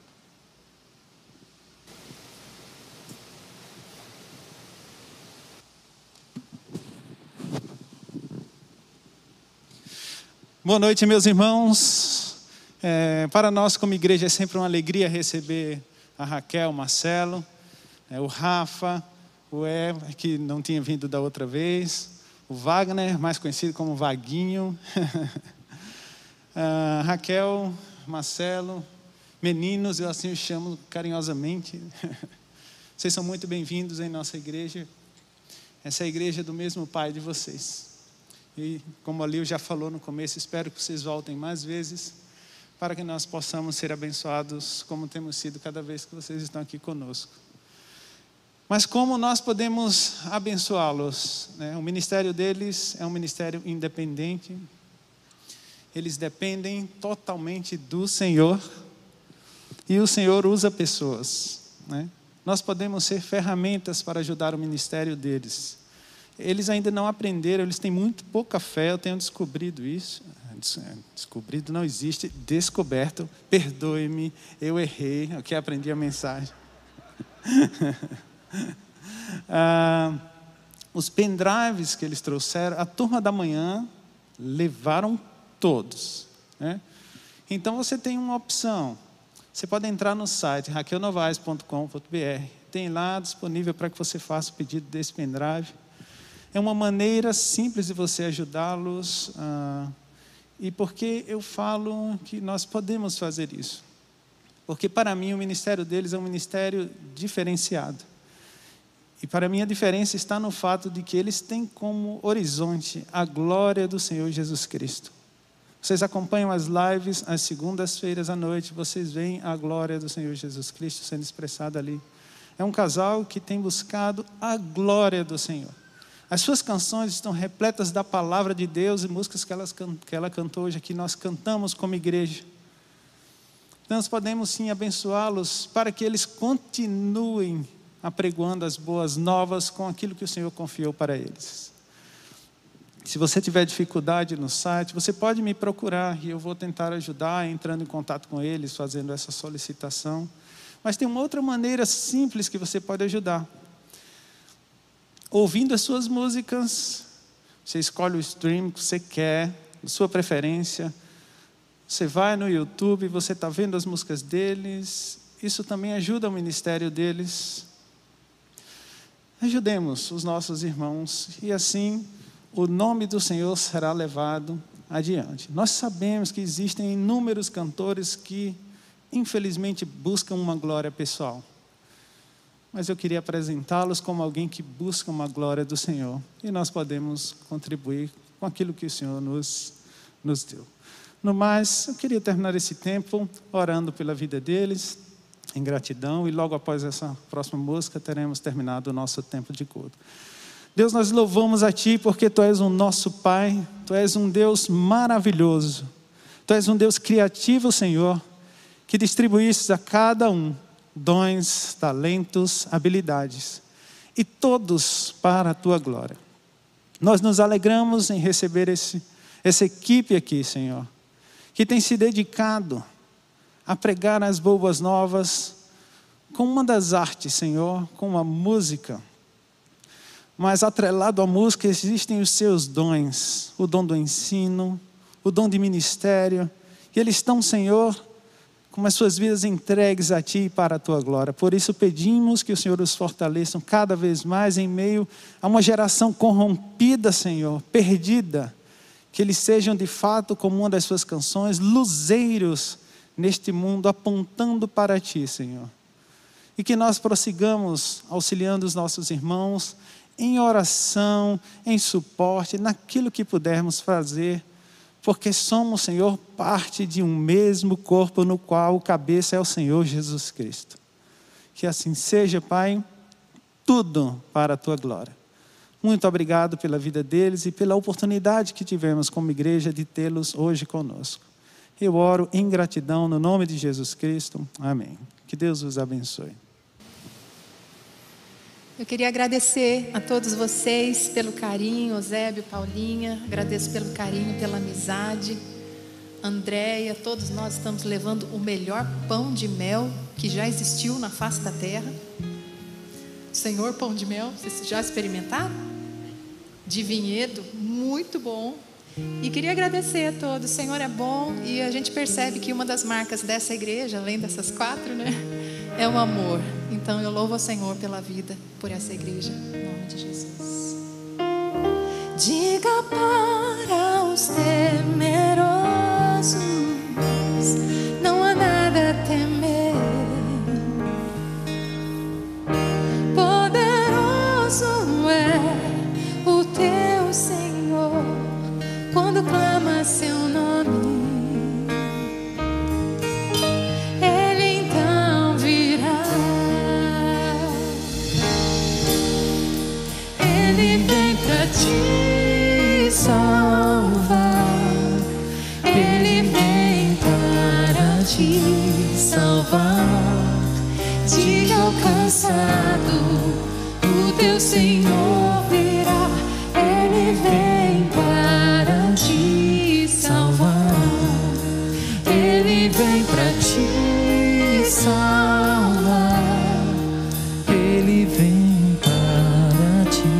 Boa noite, meus irmãos. É, para nós, como igreja, é sempre uma alegria receber a Raquel, o Marcelo, é, o Rafa, o Eva, que não tinha vindo da outra vez, o Wagner, mais conhecido como Vaguinho, uh, Raquel, Marcelo, meninos, eu assim os chamo carinhosamente. Vocês são muito bem-vindos em nossa igreja. Essa é a igreja do mesmo Pai de vocês. E como a Lil já falou no começo, espero que vocês voltem mais vezes, para que nós possamos ser abençoados como temos sido cada vez que vocês estão aqui conosco. Mas como nós podemos abençoá-los, né? O ministério deles é um ministério independente. Eles dependem totalmente do Senhor. E o Senhor usa pessoas, né? Nós podemos ser ferramentas para ajudar o ministério deles. Eles ainda não aprenderam, eles têm muito pouca fé, eu tenho descobrido isso. Descobrido não existe, descoberto. Perdoe-me, eu errei, eu que aprendi a mensagem. ah, os pendrives que eles trouxeram, a turma da manhã levaram todos. né? Então você tem uma opção. Você pode entrar no site raquel novaes ponto com ponto br. Tem lá disponível para que você faça o pedido desse pendrive. É uma maneira simples de você ajudá-los. Ah, e por que eu falo que nós podemos fazer isso? Porque para mim o ministério deles é um ministério diferenciado. E para mim a diferença está no fato de que eles têm como horizonte a glória do Senhor Jesus Cristo. Vocês acompanham as lives às segundas-feiras à noite, vocês veem a glória do Senhor Jesus Cristo sendo expressada ali. É um casal que tem buscado a glória do Senhor. As suas canções estão repletas da palavra de Deus e músicas que, elas, que ela cantou hoje aqui, nós cantamos como igreja. Então nós podemos sim abençoá-los para que eles continuem apregoando as boas novas com aquilo que o Senhor confiou para eles. Se você tiver dificuldade no site, você pode me procurar e eu vou tentar ajudar, entrando em contato com eles, fazendo essa solicitação. Mas tem uma outra maneira simples que você pode ajudar. Ouvindo as suas músicas, você escolhe o stream que você quer, sua preferência. Você vai no YouTube, você está vendo as músicas deles. Isso também ajuda o ministério deles. Ajudemos os nossos irmãos e assim o nome do Senhor será levado adiante. Nós sabemos que existem inúmeros cantores que, infelizmente, buscam uma glória pessoal. Mas eu queria apresentá-los como alguém que busca uma glória do Senhor. E nós podemos contribuir com aquilo que o Senhor nos, nos deu. No mais, eu queria terminar esse tempo orando pela vida deles, em gratidão. E logo após essa próxima música, teremos terminado o nosso tempo de culto. Deus, nós louvamos a Ti porque Tu és o nosso Pai, Tu és um Deus maravilhoso, Tu és um Deus criativo, Senhor, que distribuíste a cada um dons, talentos, habilidades, e todos para a Tua glória. Nós nos alegramos em receber esse, essa equipe aqui, Senhor, que tem se dedicado a pregar as boas novas com uma das artes, Senhor, com a música. Mas atrelado à música existem os seus dons, o dom do ensino, o dom de ministério, e eles estão, Senhor, com as suas vidas entregues a Ti para a Tua glória. Por isso pedimos que o Senhor os fortaleça cada vez mais em meio a uma geração corrompida, Senhor, perdida, que eles sejam de fato, como uma das suas canções, luzeiros neste mundo, apontando para Ti, Senhor. E que nós prossigamos auxiliando os nossos irmãos em oração, em suporte, naquilo que pudermos fazer, porque somos, Senhor, parte de um mesmo corpo no qual o cabeça é o Senhor Jesus Cristo. Que assim seja, Pai, tudo para a Tua glória. Muito obrigado pela vida deles e pela oportunidade que tivemos como igreja de tê-los hoje conosco. Eu oro em gratidão no nome de Jesus Cristo. Amém. Que Deus os abençoe. Eu queria agradecer a todos vocês pelo carinho, Eusébio, Paulinha, agradeço pelo carinho, pela amizade, Andréia, todos nós estamos levando o melhor pão de mel que já existiu na face da terra. Senhor Pão de Mel, vocês já experimentaram? De vinhedo, muito bom. E queria agradecer a todos, o Senhor é bom e a gente percebe que uma das marcas dessa igreja, além dessas quatro, né, é o amor. Então eu louvo ao Senhor pela vida, por essa igreja, em nome de Jesus. Diga para os temerosos, não há nada a temer. Poderoso é o teu Senhor, quando clama seu nome. Ele então virá. Ele vem pra te salvar. Ele vem para te salvar. Diga ao cansado, o teu Senhor virá. Ele vem para te salvar. Ele vem para te salvar. Ele vem para te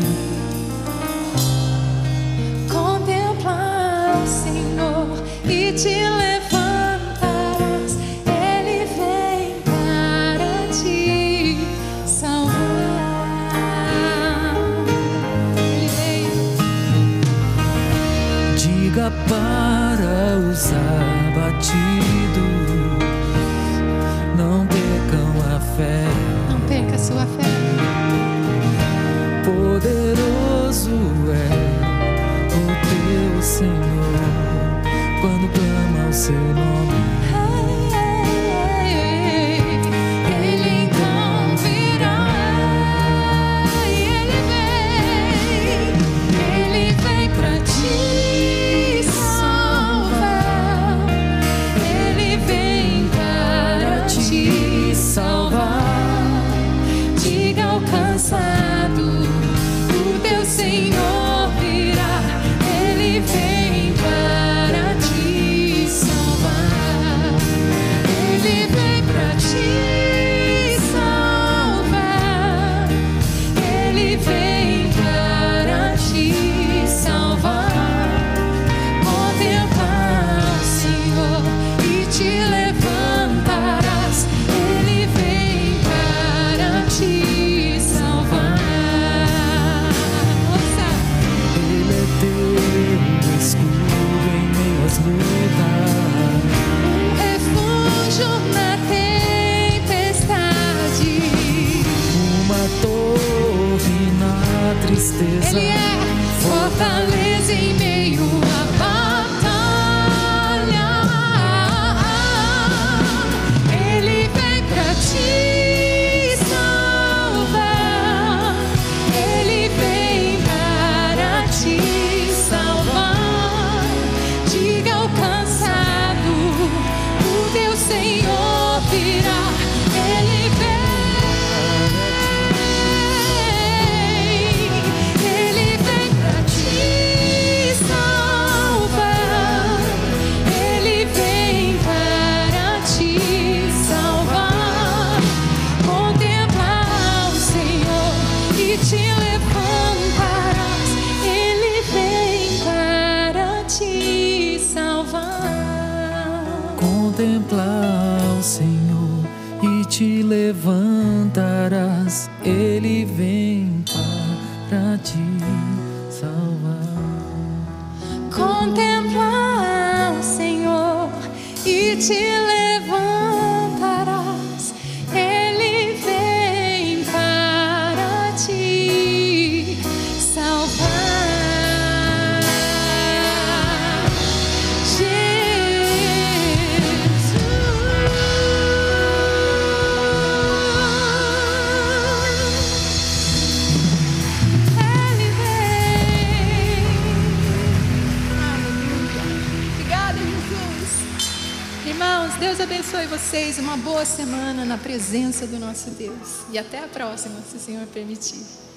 contemplar, Senhor, e te levar. chega para os abatidos. Não percam a fé. Não perca a sua fé. Poderoso é o teu Senhor quando clama o seu nome. Ele então virá e Ele vem. Ele vem pra te salvar. Ele vem para te salvar. Diga ao cansado, o teu Senhor virá. Ele vem para te salvar. Ele vem pra te salvar. Ele vem para te salvar. Contemplar o Senhor e te levantarás. Ele vem para te salvar. Ouça. Ele é teu escudo em meio às lutas, Um refúgio na tempestade. uma torre na tristeza. Ele é fortaleza em meio à batalha. Ele vem pra te salvar. Ele vem para te salvar. Diga ao cansado, o teu Senhor virá. Ele vem. Ele vem pra te salvar. Ele vem para te salvar. Contemplar o Senhor e te levantarás. Ele vem para te salvar. Contemplar o Senhor e te levantarás. Ele vem para te salvar. Contemplar o Senhor e te levantarás. Ele vem para te salvar. Ele vem. Aleluia. Obrigada, Jesus. Irmãos, Deus abençoe vocês. Uma boa semana na presença do nosso Deus. E até a próxima, se o Senhor permitir.